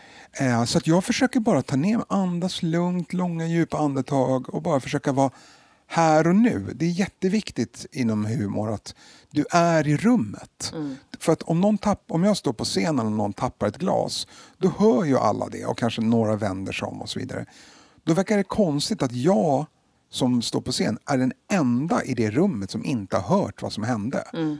Speaker 2: Eh, Så att jag försöker bara ta ner mig, andas lugnt, långa djupa andetag och bara försöka vara här och nu. Det är jätteviktigt inom humor att du är i rummet.
Speaker 1: Mm.
Speaker 2: För att om, någon tapp, om jag står på scenen och någon tappar ett glas, då hör ju alla det och kanske några vänder sig om och så vidare. Då verkar det konstigt att jag som står på scen är den enda i det rummet som inte har hört vad som hände.
Speaker 1: Mm.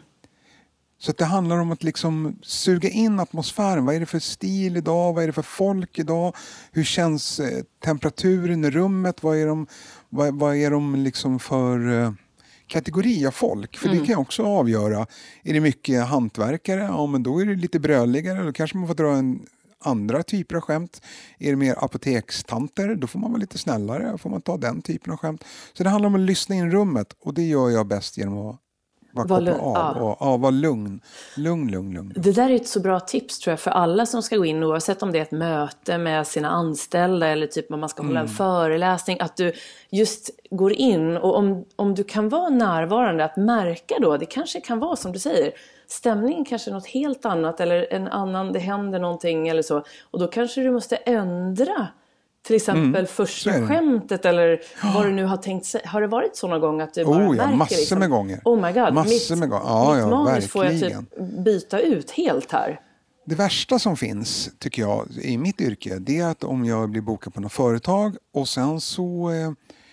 Speaker 2: Så att det handlar om att liksom suga in atmosfären. Vad är det för stil idag? Vad är det för folk idag? Hur känns eh, temperaturen i rummet? Vad är de, vad, vad är de liksom för eh, kategori av folk? För
Speaker 1: Mm.
Speaker 2: det kan också avgöra. Är det mycket hantverkare? Ja, men då är det lite brödligare. Då kanske man får dra en andra typer av skämt. Är det mer apotekstanter? Då får man vara lite snällare. Då får man ta den typen av skämt. Så det handlar om att lyssna in rummet. Och det gör jag bäst genom att bara
Speaker 1: Var
Speaker 2: koppla
Speaker 1: lugn,
Speaker 2: av
Speaker 1: ja.
Speaker 2: och ja, vara lugn. Lugn, lugn, lugn.
Speaker 1: Det där är ett så bra tips tror jag för alla som ska gå in, oavsett om det är ett möte med sina anställda eller typ om man ska hålla en föreläsning, att du just går in och om, om du kan vara närvarande, att märka då, det kanske kan vara som du säger, stämningen kanske är något helt annat eller en annan, det händer någonting eller så, och då kanske du måste ändra till exempel första
Speaker 2: så är det.
Speaker 1: skämtet eller vad du nu har tänkt sig. Har det varit så någon gång att du bara
Speaker 2: Oh ja,
Speaker 1: märker
Speaker 2: massor
Speaker 1: liksom,
Speaker 2: med gånger.
Speaker 1: Oh my god,
Speaker 2: Massor
Speaker 1: mitt,
Speaker 2: med gånger. Ja,
Speaker 1: mitt
Speaker 2: ja,
Speaker 1: manus får jag typ
Speaker 2: verkligen.
Speaker 1: byta ut helt här.
Speaker 2: Det värsta som finns, tycker jag, i mitt yrke, det är att om jag blir bokad på något företag och sen så eh,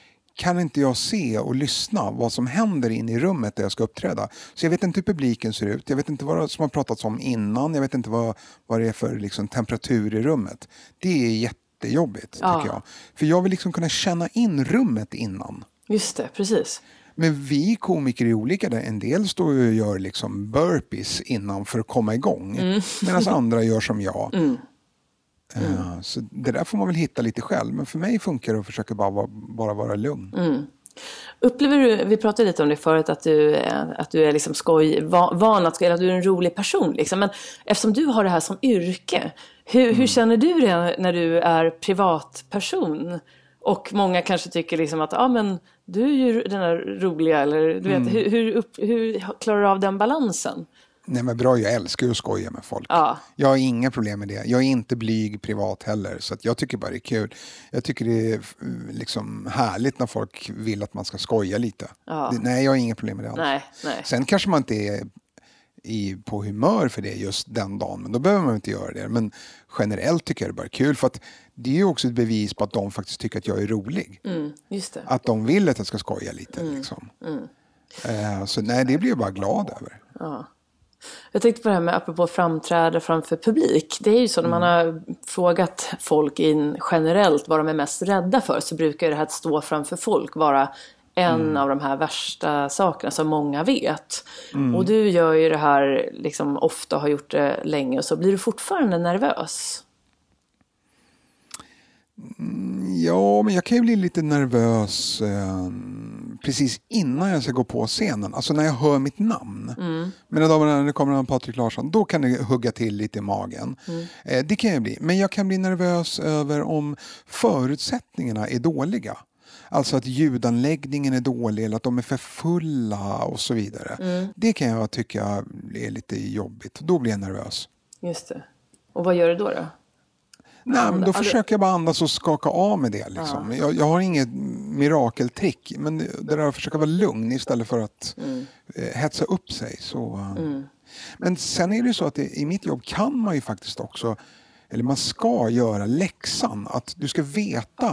Speaker 2: kan inte jag se och lyssna vad som händer inne i rummet där jag ska uppträda. Så jag vet inte hur publiken ser ut, jag vet inte vad som har pratats om innan, jag vet inte vad, vad det är för liksom, temperatur i rummet. Det är jättejobbigt,
Speaker 1: Ja.
Speaker 2: tycker jag. För jag vill liksom kunna känna in rummet innan.
Speaker 1: Just det, precis.
Speaker 2: Men vi komiker är olika där. En del står och gör liksom burpees innan för att komma igång.
Speaker 1: Mm.
Speaker 2: Medan andra gör som jag. Mm. Uh, så det där får man väl hitta lite själv. Men för mig funkar det att försöka bara vara, bara vara lugn.
Speaker 1: Mm. Upplever du, vi pratade lite om det förut, att du, att du är liksom skoj, van, van att skoja, att du är en rolig person. Liksom. Men eftersom du har det här som yrke, hur,
Speaker 2: Mm.
Speaker 1: hur känner du det när du är privatperson? Och många kanske tycker liksom att ah, men du är ju den här roliga, eller du vet,
Speaker 2: Mm.
Speaker 1: hur, hur, upp, hur klarar du av den balansen?
Speaker 2: Nej men bra, jag älskar ju att skoja med folk.
Speaker 1: Ja.
Speaker 2: Jag har inga problem med det. Jag är inte blyg privat heller. Så att jag tycker bara det är kul. Jag tycker det är eh, liksom härligt när folk vill att man ska skoja lite.
Speaker 1: Ja.
Speaker 2: Det, nej, jag har inga problem med det alls.
Speaker 1: Nej, nej.
Speaker 2: Sen kanske man inte är i, på humör för det just den dagen. Men då behöver man inte göra det. Men generellt tycker jag det bara är kul. För att det är ju också ett bevis på att de faktiskt tycker att jag är rolig.
Speaker 1: Mm, just det.
Speaker 2: Att de vill att jag ska skoja lite.
Speaker 1: Mm,
Speaker 2: liksom.
Speaker 1: mm.
Speaker 2: Eh, så nej, det blir jag bara glad över.
Speaker 1: Ja. Jag tänkte på det här med apropå framträda framför publik. Det är ju så när man har frågat folk in generellt vad de är mest rädda för, så brukar det här att stå framför folk vara en mm. av de här värsta sakerna som många vet. Mm. Och du gör ju det här liksom ofta, har gjort det länge, och så blir du fortfarande nervös?
Speaker 2: Ja, men jag kan ju bli lite nervös eh, precis innan jag ska gå på scenen. Alltså när jag hör mitt namn. Mm. Men idag när det kommer en Patrik Larsson, då kan det hugga till lite i magen. Mm. Eh, det kan jag bli. Men jag kan bli nervös över om förutsättningarna är dåliga. Alltså att ljudanläggningen är dålig eller att de är för fulla och så vidare. Mm. Det kan jag tycka är lite jobbigt. Då blir jag nervös.
Speaker 1: Just det. Och vad gör du då då?
Speaker 2: Nej, men då försöker jag bara andas och skaka av med det. Liksom. Ja. Jag, jag har inget mirakeltrick, men det där att försöka vara lugn istället för att mm. eh, hetsa upp sig. Så, mm. Men sen är det ju så att det, i mitt jobb kan man ju faktiskt också, eller man ska göra läxan. Att du ska veta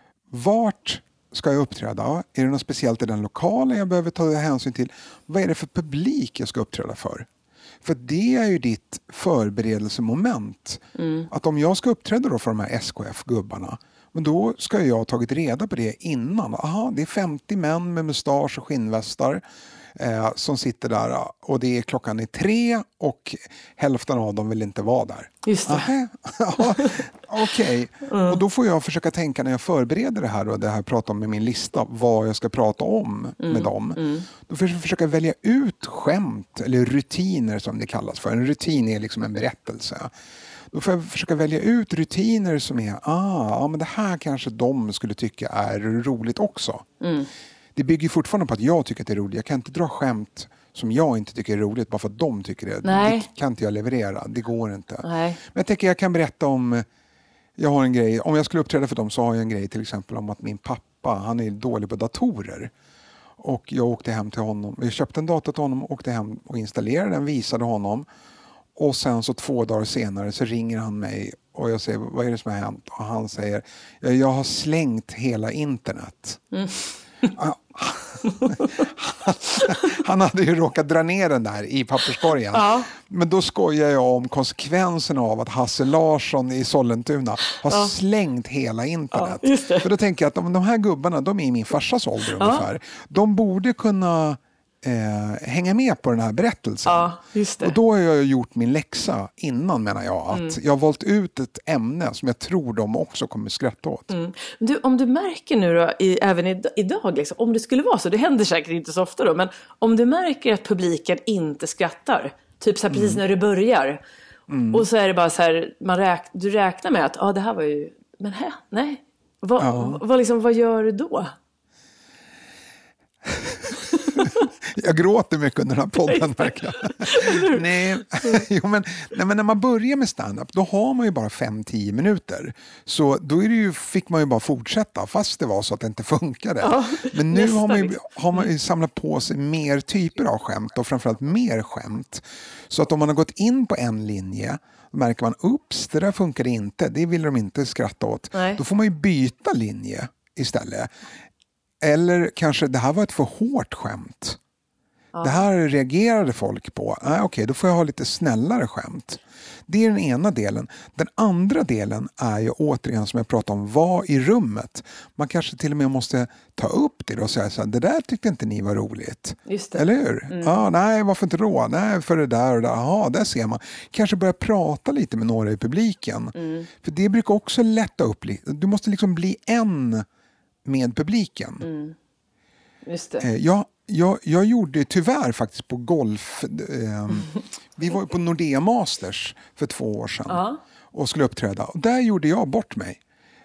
Speaker 2: vart ska jag uppträda? Är det något speciellt i den lokalen jag behöver ta hänsyn till? Vad är det för publik jag ska uppträda för? För det är ju ditt förberedelsemoment. Mm. Att om jag ska uppträda då för de här S K F-gubbarna, men då ska jag ha tagit reda på det innan. Aha, det är femtio män med mustasch och skinnvästar eh, som sitter där, och det är klockan är tre och hälften av dem vill inte vara där.
Speaker 1: Just det.
Speaker 2: Ja, okej. Okay. Mm. Och då får jag försöka tänka när jag förbereder det här och det här pratar om med min lista, vad jag ska prata om mm. med dem. Mm. Då får jag försöka välja ut skämt eller rutiner som det kallas för. En rutin är liksom en berättelse. Då får jag försöka välja ut rutiner som är, ah, ja, men det här kanske de skulle tycka är roligt också. Mm. Det bygger fortfarande på att jag tycker att det är roligt. Jag kan inte dra skämt som jag inte tycker är roligt bara för att de tycker det. Nej. Det kan inte jag leverera. Det går inte. Nej. Men jag tänker jag kan berätta om, jag har en grej, om jag skulle uppträda för dem så har jag en grej till exempel om att min pappa, han är dålig på datorer. Och jag åkte hem till honom, jag köpte en dator till honom, åkte hem och installerade den, visade honom. Och sen så två dagar senare så ringer han mig och jag säger, vad är det som har hänt? Och han säger, jag har slängt hela internet. Mm. Han hade ju råkat dra ner den där i papperskorgen. Ja. Men då skojar jag om konsekvenserna av att Hasse Larsson i Sollentuna har ja. slängt hela internet. Ja, för då tänker jag att de, de här gubbarna, de är i min farsas ålder ja. ungefär. De borde kunna eh, hänga med på den här berättelsen. Ja, just det. Och då har jag gjort min läxa innan, menar jag. Att mm. jag har valt ut ett ämne som jag tror de också kommer skratta åt. Mm.
Speaker 1: Du, om du märker nu då, i, även i, idag, liksom, om det skulle vara så, det händer säkert inte så ofta då, men om du märker att publiken inte skrattar, typ så här precis mm. när du börjar, mm. och så är det bara så här, man räk, du räknar med att ja, ah, det här var ju, men här, nej. Va, ja. vad, liksom, vad gör du då?
Speaker 2: Jag gråter mycket under den här podden verkligen. nej, jo, men, nej, men när man börjar med stand-up, då har man ju bara fem till tio minuter. Så då är det ju, fick man ju bara fortsätta fast det var så att det inte funkade. Ja, men nu har man, ju, har man ju samlat på sig mer typer av skämt och framförallt mer skämt. Så att om man har gått in på en linje, då märker man, ups, det där funkade inte. Det vill de inte skratta åt. Nej. Då får man ju byta linje istället. Eller kanske, det här var ett för hårt skämt. Ja. Det här reagerade folk på. Nej, okej, då får jag ha lite snällare skämt. Det är den ena delen. Den andra delen är ju återigen, som jag pratade om, var i rummet. Man kanske till och med måste ta upp det och säga så här, det där tyckte inte ni var roligt. Just det. Eller hur? Mm. Ja, nej, varför inte då? Nej, för det där och där. Ja, där ser man. Kanske börja prata lite med några i publiken. Mm. För det brukar också lätta upp lite. Du måste liksom bli en med publiken. Mm. Just det. Jag, jag, jag gjorde tyvärr faktiskt på golf. Eh, vi var på Nordea Masters för två år sedan. Uh-huh. Och skulle uppträda. Och där gjorde jag bort mig.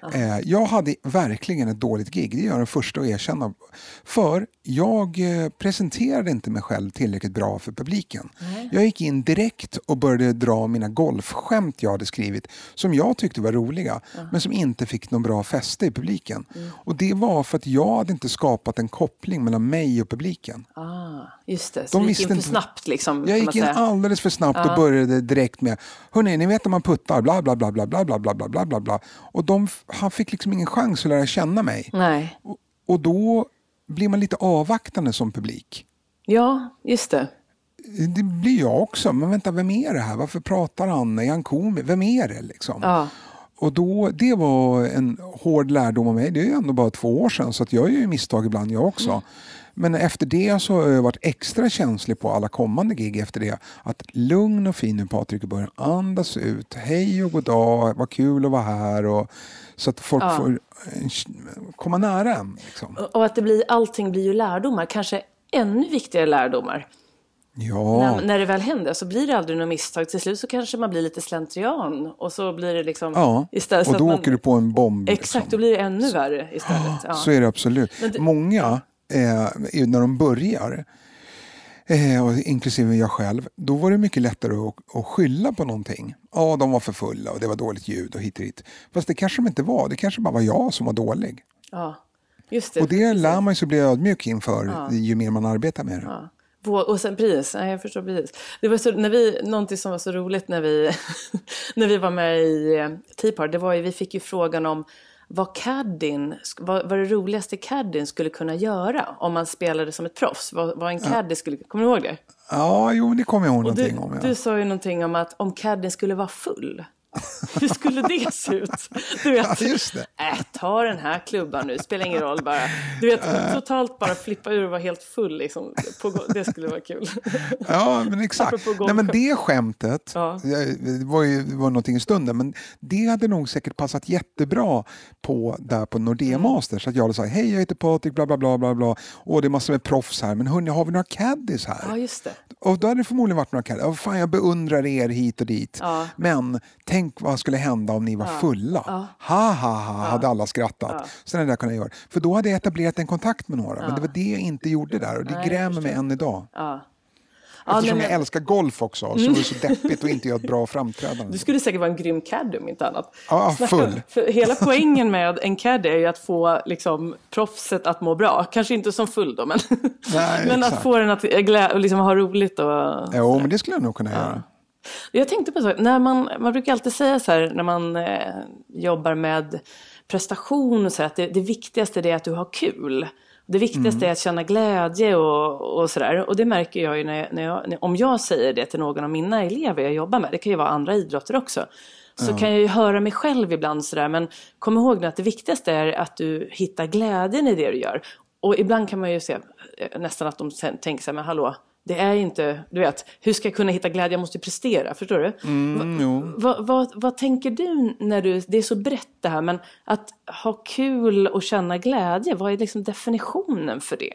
Speaker 2: Eh, jag hade verkligen ett dåligt gig, det är jag den första att erkänna. För jag eh, presenterade inte mig själv tillräckligt bra för publiken. Mm. Jag gick in direkt och började dra mina golfskämt jag hade skrivit, som jag tyckte var roliga, mm. men som inte fick någon bra fäste i publiken. Mm. Och det var för att jag hade inte skapat en koppling mellan mig och publiken.
Speaker 1: Ah, just det, så
Speaker 2: de
Speaker 1: du gick in för
Speaker 2: inte...
Speaker 1: snabbt liksom.
Speaker 2: Jag gick in alldeles för snabbt ah. och började direkt med, hörni, ni vet när man puttar, bla bla bla bla bla bla bla bla bla bla. Och de, han fick liksom ingen chans att lära känna mig.
Speaker 1: Nej.
Speaker 2: Och, och då blir man lite avvaktande som publik.
Speaker 1: Ja, just det.
Speaker 2: Det blir jag också. Men vänta, vem är det här? Varför pratar han? Är han komisk? Vem är det liksom?
Speaker 1: Ja.
Speaker 2: Och då, det var en hård lärdom av mig. Det är ju ändå bara två år sedan, så att jag gör ju misstag ibland jag också. Mm. Men efter det så har jag varit extra känslig på alla kommande gig efter det. Att lugn och fin nu, Patrik, och börja andas ut. Hej och god dag, vad kul att vara här. Och, så att folk ja. får komma nära en. Liksom.
Speaker 1: Och att det blir, allting blir ju lärdomar. Kanske ännu viktigare lärdomar.
Speaker 2: Ja.
Speaker 1: När, när det väl händer så blir det aldrig något misstag. Till slut så kanske man blir lite slentrian. Och så blir det liksom...
Speaker 2: Ja,
Speaker 1: istället
Speaker 2: och då
Speaker 1: man,
Speaker 2: åker du på en bomb.
Speaker 1: Exakt,
Speaker 2: liksom.
Speaker 1: Då blir det ännu värre istället. Ja.
Speaker 2: Så är det absolut. Det, Många, eh, när de börjar, eh, och inklusive jag själv, då var det mycket lättare att, att skylla på någonting. Ja, de var för fulla och det var dåligt ljud och hit och hit. Fast det kanske de inte var. Det kanske bara var jag som var dålig.
Speaker 1: Ja, just det.
Speaker 2: Och det lär man sig bli ödmjuk inför
Speaker 1: ja.
Speaker 2: ju mer man arbetar med det.
Speaker 1: Ja. Och sen precis, nej, jag förstår precis. Det var så, när vi, någonting som var så roligt när vi, när vi var med i Tea Party, det var ju, vi fick ju frågan om vad caddien, vad, vad det roligaste caddien skulle kunna göra om man spelade som ett proffs. Vad, vad en caddie skulle, kommer du ihåg det?
Speaker 2: Ja, jo, det kommer jag ihåg
Speaker 1: och
Speaker 2: någonting
Speaker 1: du,
Speaker 2: om. Ja.
Speaker 1: Du sa ju någonting om att om caddien skulle vara full. Hur skulle det se ut? Du vet,
Speaker 2: ja, just det.
Speaker 1: Äh, ta den här klubban nu, spelar ingen roll bara. Du vet, totalt bara flippa ur och vara helt full liksom. På, det skulle vara kul.
Speaker 2: Ja, men exakt. Nej, men det skämtet, ja. det var ju det var någonting i stunden, men det hade nog säkert passat jättebra på, där på Nordea Masters. Att jag hade sagt, hej, jag heter Patrik, bla bla bla bla bla. Och det är massor med proffs här, men hörni, har vi några caddies här?
Speaker 1: Ja, just det.
Speaker 2: Och då hade det förmodligen varit några caddies. Oh, fan, jag beundrar er hit och dit. Ja. Men tänk vad skulle hända om ni var fulla. Ja. Ha, ha, ha, hade alla skrattat. Ja. Så det där kunde jag göra. För då hade jag etablerat en kontakt med några. Ja. Men det var det jag inte gjorde där. Och det nej, grämer mig än idag. Ja. Eftersom ja, men... jag älskar golf också. Så mm. var det så deppigt att inte göra ett bra framträdande.
Speaker 1: Du skulle säkert vara en grym caddy om inte annat.
Speaker 2: Ja, full.
Speaker 1: För hela poängen med en caddy är ju att få liksom, proffset att må bra. Kanske inte som full då, men, nej, men att få den att glä- liksom, ha roligt. Och,
Speaker 2: jo, men det skulle jag nog kunna ja. göra.
Speaker 1: Jag tänkte på så, när man, man brukar alltid säga så här när man eh, jobbar med prestation och så här, att det, det viktigaste är att du har kul. Det viktigaste mm. är att känna glädje och, och sådär. Och det märker jag ju när, när jag, om jag säger det till någon av mina elever jag jobbar med. Det kan ju vara andra idrotter också. Så mm. kan jag ju höra mig själv ibland sådär. Men kom ihåg nu att det viktigaste är att du hittar glädjen i det du gör. Och ibland kan man ju se nästan att de tänker så här, men hallå. Det är inte, du vet, hur ska jag kunna hitta glädje? Jag måste ju prestera, förstår du?
Speaker 2: Mm,
Speaker 1: va, va, va, vad tänker du när du, det är så brett det här, men att ha kul och känna glädje, vad är liksom definitionen för det?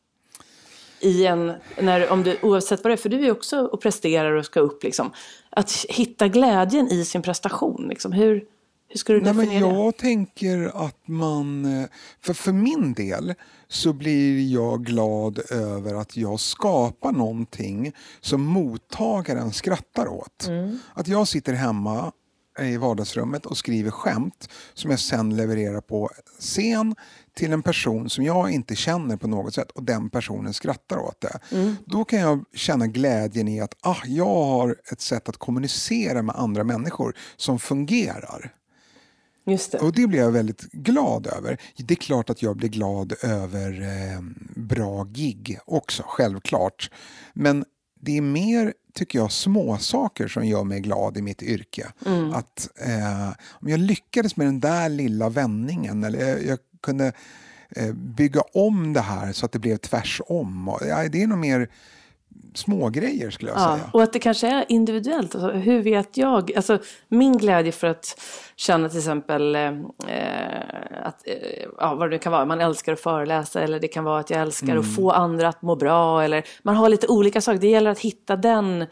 Speaker 1: I en, när, om du, oavsett vad det är, för du är ju också och presterar och ska upp liksom. Att hitta glädjen i sin prestation, liksom, hur, hur ska du
Speaker 2: Nej,
Speaker 1: definiera
Speaker 2: men jag
Speaker 1: det?
Speaker 2: tänker att man, för, för min del så blir jag glad över att jag skapar någonting som mottagaren skrattar åt. Mm. Att jag sitter hemma i vardagsrummet och skriver skämt som jag sen levererar på scen till en person som jag inte känner på något sätt och den personen skrattar åt det. Mm. Då kan jag känna glädjen i att ah, jag har ett sätt att kommunicera med andra människor som fungerar.
Speaker 1: Just det.
Speaker 2: Och det blir jag väldigt glad över. Det är klart att jag blir glad över eh, bra gig också, självklart. Men det är mer, tycker jag, små saker som gör mig glad i mitt yrke. Mm. Att eh, om jag lyckades med den där lilla vändningen, eller jag, jag kunde eh, bygga om det här så att det blev tvärsom. Och, ja, det är nog mer små grejer skulle jag
Speaker 1: ja,
Speaker 2: säga.
Speaker 1: Och att det kanske är individuellt. Alltså, hur vet jag? Alltså, min glädje för att känna till exempel eh, att, eh, ja, vad det kan vara. Man älskar att föreläsa, eller det kan vara att jag älskar mm. att få andra att må bra. Eller, man har lite olika saker. Det gäller att hitta den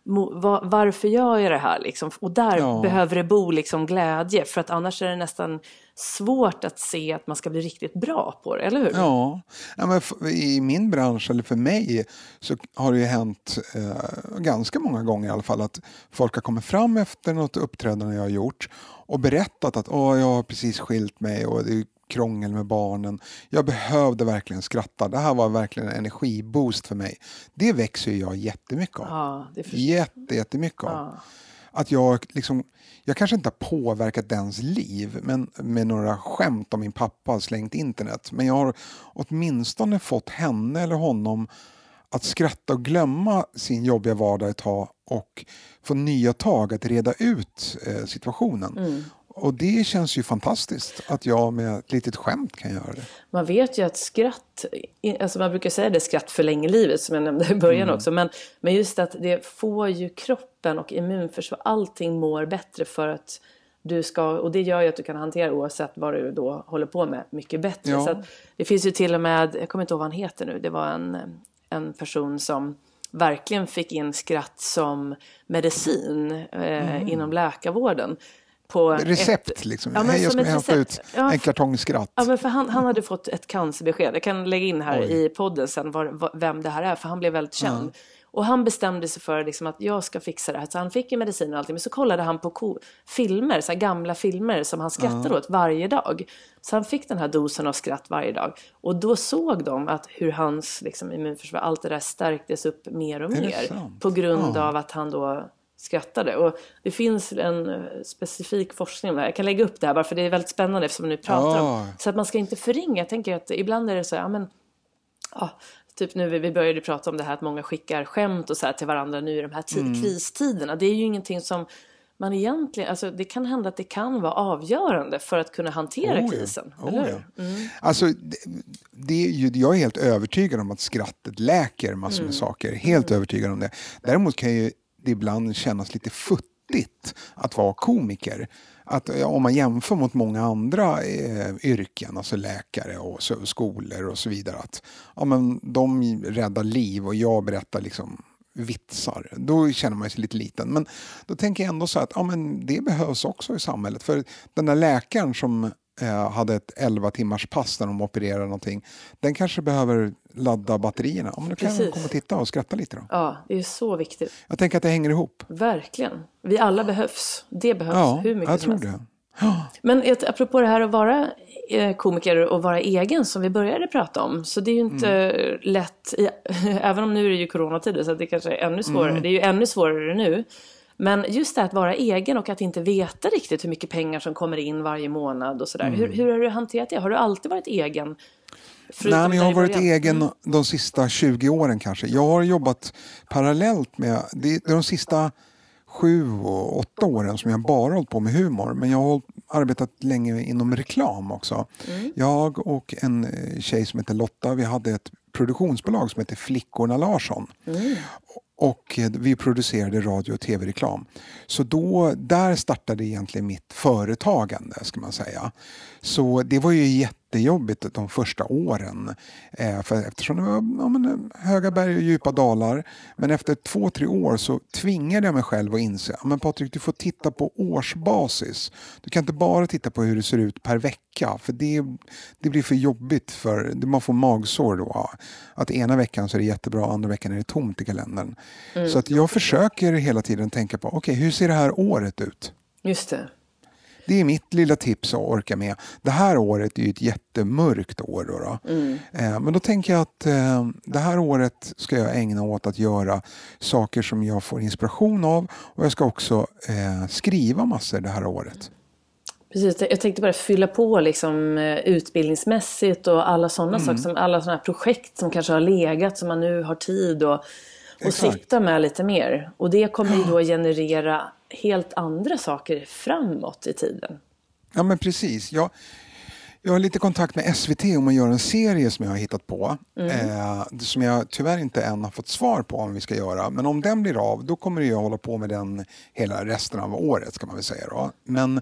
Speaker 1: mo- va- varför gör jag det här liksom? Och där
Speaker 2: Ja.
Speaker 1: behöver det bo liksom glädje, för att annars är det nästan svårt att se att man ska bli riktigt bra på det, eller hur?
Speaker 2: Ja, ja men f- i min bransch eller för mig så har det ju hänt eh, ganska många gånger i alla fall att folk har kommit fram efter något uppträdande jag har gjort och berättat att Åh, jag har precis skilt mig och det är krångel med barnen. Jag behövde verkligen skratta. Det här var verkligen en energiboost för mig. Det växer ju jag jättemycket av.
Speaker 1: Ja, det förstår
Speaker 2: Jätte, jättemycket av.
Speaker 1: Ja.
Speaker 2: Att jag liksom, jag kanske inte har påverkat dens liv men med några skämt om min pappa har slängt internet. Men jag har åtminstone fått henne eller honom att skratta och glömma sin jobbiga vardag ett tag och få nya tag att reda ut eh, situationen.
Speaker 1: Mm.
Speaker 2: Och det känns ju fantastiskt att jag med ett litet skämt kan göra det.
Speaker 1: Man vet ju att skratt, alltså man brukar säga det, skratt förlänger livet som jag nämnde i början
Speaker 2: Mm.
Speaker 1: också. Men, men just att det får ju kroppen och immunförsvar, allting mår bättre för att du ska, och det gör ju att du kan hantera oavsett vad du då håller på med mycket bättre.
Speaker 2: Ja.
Speaker 1: Så att det finns ju till och med, jag kommer inte ihåg vad han heter nu, det var en, en person som verkligen fick in skratt som medicin eh,
Speaker 2: Mm.
Speaker 1: inom läkarvården. På
Speaker 2: Recept
Speaker 1: ett,
Speaker 2: liksom.
Speaker 1: Ja, men
Speaker 2: Hej, jag
Speaker 1: som
Speaker 2: ska
Speaker 1: ett
Speaker 2: hämta
Speaker 1: recept.
Speaker 2: ut
Speaker 1: Ja,
Speaker 2: en kartong skratt.
Speaker 1: Ja, men för han, han hade fått ett cancerbesked. Jag kan lägga in här
Speaker 2: Oj.
Speaker 1: i podden sen var, var, vem det här är. För han blev väldigt känd. Och han bestämde sig för liksom, att jag ska fixa det här. Så han fick ju medicin och allting. Men så kollade han på ko- filmer, så här gamla filmer som han skrattade åt varje dag. Så han fick den här dosen av skratt varje dag. Och då såg de att hur hans liksom, immunförsvar, allt det där stärktes upp mer och
Speaker 2: Är det
Speaker 1: mer.
Speaker 2: sant?
Speaker 1: På grund
Speaker 2: Ja.
Speaker 1: av att han då skrattade. Och det finns en eh, specifik forskning om det här. Jag kan lägga upp det här bara för det är väldigt spännande eftersom vi nu pratar
Speaker 2: Ja.
Speaker 1: om. Så att man ska inte förringa. Jag tänker att ibland är det så här, ja men, ja, typ nu vi började prata om det här att många skickar skämt och så här till varandra nu i de här tid-
Speaker 2: Mm.
Speaker 1: kristiderna. Det är ju ingenting som man egentligen, alltså det kan hända att det kan vara avgörande för att kunna hantera
Speaker 2: Oh ja.
Speaker 1: krisen.
Speaker 2: Oh
Speaker 1: eller
Speaker 2: ja.
Speaker 1: hur? Mm.
Speaker 2: Alltså, det, det är ju, jag är helt övertygad om att skrattet läker massor
Speaker 1: Mm.
Speaker 2: med saker. Helt övertygad om det. Däremot kan ju det ibland kännas lite futtigt att vara komiker. Att, ja, om man jämför mot många andra eh, yrken, alltså läkare och så, skolor och så vidare. Att, ja, men de räddar liv och jag berättar liksom vitsar. Då känner man sig lite liten. Men då tänker jag ändå så att ja, men det behövs också i samhället. För den där läkaren som eh, hade ett elva timmars pass när de opererade någonting. Den kanske behöver ladda batterierna. Ja, men då kan
Speaker 1: Precis.
Speaker 2: jag komma och titta och skratta lite då.
Speaker 1: Ja, det är så viktigt.
Speaker 2: Jag tänker att det hänger ihop.
Speaker 1: Verkligen. Vi alla behövs. Det behövs
Speaker 2: Ja,
Speaker 1: hur mycket
Speaker 2: jag
Speaker 1: som
Speaker 2: tror
Speaker 1: helst.
Speaker 2: det. Ja.
Speaker 1: Men ett- apropå det här att vara eh, komiker och vara egen som vi började prata om. Så det är ju inte
Speaker 2: Mm.
Speaker 1: lätt, i, även om nu är det ju coronatider så att det kanske är ännu svårare.
Speaker 2: Mm.
Speaker 1: Det är ju ännu svårare nu. Men just det att vara egen och att inte veta riktigt hur mycket pengar som kommer in varje månad och sådär.
Speaker 2: Mm.
Speaker 1: Hur, hur har du hanterat det? Har du alltid varit egen? Förutom
Speaker 2: Nej, men jag
Speaker 1: där
Speaker 2: har
Speaker 1: i
Speaker 2: varit
Speaker 1: början?
Speaker 2: egen
Speaker 1: Mm.
Speaker 2: de sista tjugo åren kanske. Jag har jobbat parallellt med, det är de sista sju och åtta åren som jag bara hållit på med humor. Men jag har arbetat länge inom reklam också.
Speaker 1: Mm.
Speaker 2: Jag och en eh, tjej som heter Lotta, vi hade ett produktionsbolag som heter Flickorna Larsson.
Speaker 1: Mm.
Speaker 2: Och eh, vi producerade radio- och tv-reklam. Så då, där startade egentligen mitt företagande, ska man säga. Så det var ju jättejobbigt de första åren. Eh, för eftersom det var ja, men, höga berg och djupa dalar. Men efter två, tre år så tvingade jag mig själv att inse. Men Patrik, du får titta på årsbasis. Du kan inte bara titta på hur det ser ut per vecka. För det, det blir för jobbigt. För man får magsår då. Att ena veckan så är det jättebra, andra veckan är det tomt i kalendern.
Speaker 1: Mm.
Speaker 2: Så att jag försöker hela tiden tänka på, okej, okay, hur ser det här året ut?
Speaker 1: Just det.
Speaker 2: Det är mitt lilla tips att orka med. Det här året är ju ett jättemörkt år. Då, då.
Speaker 1: Mm.
Speaker 2: Eh, men då tänker jag att eh, det här året ska jag ägna åt att göra saker som jag får inspiration av. Och jag ska också eh, skriva massor det här året.
Speaker 1: Precis, jag tänkte bara fylla på liksom, eh, utbildningsmässigt och alla sådana
Speaker 2: Mm.
Speaker 1: saker, som, alla sådana här projekt som kanske har legat som man nu har tid och, och
Speaker 2: Exakt.
Speaker 1: sitta med lite mer. Och det kommer ju då generera helt andra saker framåt i tiden.
Speaker 2: Ja, men precis. Jag, jag har lite kontakt med S V T om att göra en serie som jag har hittat på. Eh, som jag tyvärr inte än har fått svar på om vi ska göra. Men om den blir av, då kommer jag hålla på med den hela resten av året, ska man väl säga då. Men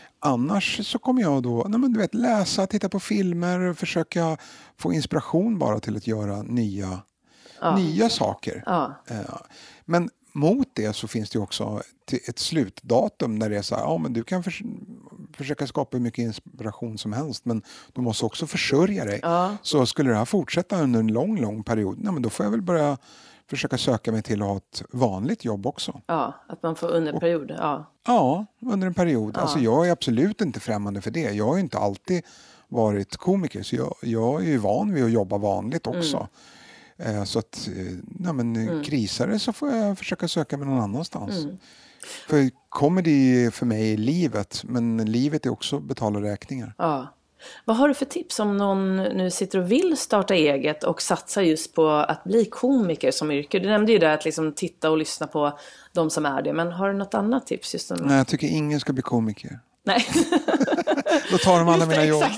Speaker 2: annars så kommer jag då nej men du vet, läsa, titta på filmer, försöka få inspiration bara till att göra nya,
Speaker 1: Ja.
Speaker 2: nya saker.
Speaker 1: Ja.
Speaker 2: Eh, Men mot det så finns det ju också ett slutdatum där det är så här, ja men du kan förs- försöka skapa hur mycket inspiration som helst, men du måste också försörja dig.
Speaker 1: Ja.
Speaker 2: Så skulle det här fortsätta under en lång, lång period, nej, men då får jag väl börja försöka söka mig till att ha ett vanligt jobb också.
Speaker 1: Ja, att man får under en period. Ja.
Speaker 2: Ja, under en period.
Speaker 1: Ja.
Speaker 2: Alltså jag är absolut inte främmande för det. Jag har ju inte alltid varit komiker, så jag, jag är ju van vid att jobba vanligt också. Mm. Så att, nej men mm. krisar det så får jag försöka söka mig någon annanstans. Mm. För comedy för mig är livet, men livet är också att betala räkningar.
Speaker 1: Ja. Vad har du för tips om någon nu sitter och vill starta eget och satsa just på att bli komiker som yrke? Du nämnde ju det att liksom titta och lyssna på de som är det, men har du något annat tips? Just om...
Speaker 2: Nej, jag tycker ingen ska bli komiker.
Speaker 1: Nej.
Speaker 2: Då tar de alla mina jobb.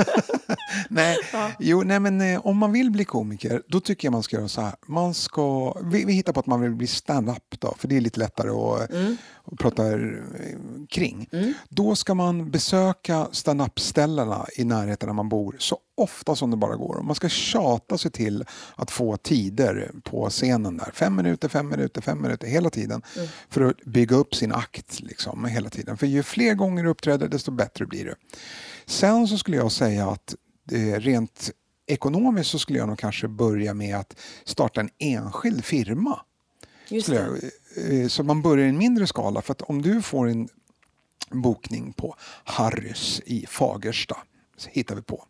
Speaker 2: nej,
Speaker 1: ja.
Speaker 2: jo, nej, men eh, om man vill bli komiker, då tycker jag man ska göra så här. Man ska, vi, vi hittar på att man vill bli stand-up då, för det är lite lättare att, mm. att prata eh, kring. Mm. Då ska man besöka stand-up-ställena i närheten där man bor så ofta som det bara går. Man ska tjata sig till att få tider på scenen där. Fem minuter, fem minuter, fem minuter hela tiden. Mm. För att bygga upp sin akt liksom, hela tiden. För ju fler gånger du uppträder, desto bättre blir det. Sen så skulle jag säga att eh, rent ekonomiskt så skulle jag nog kanske börja med att starta en enskild firma.
Speaker 1: Just det.
Speaker 2: Jag, eh, så man börjar i en mindre skala. För att om du får en bokning på Harrys i Fagersta, så hittar vi på,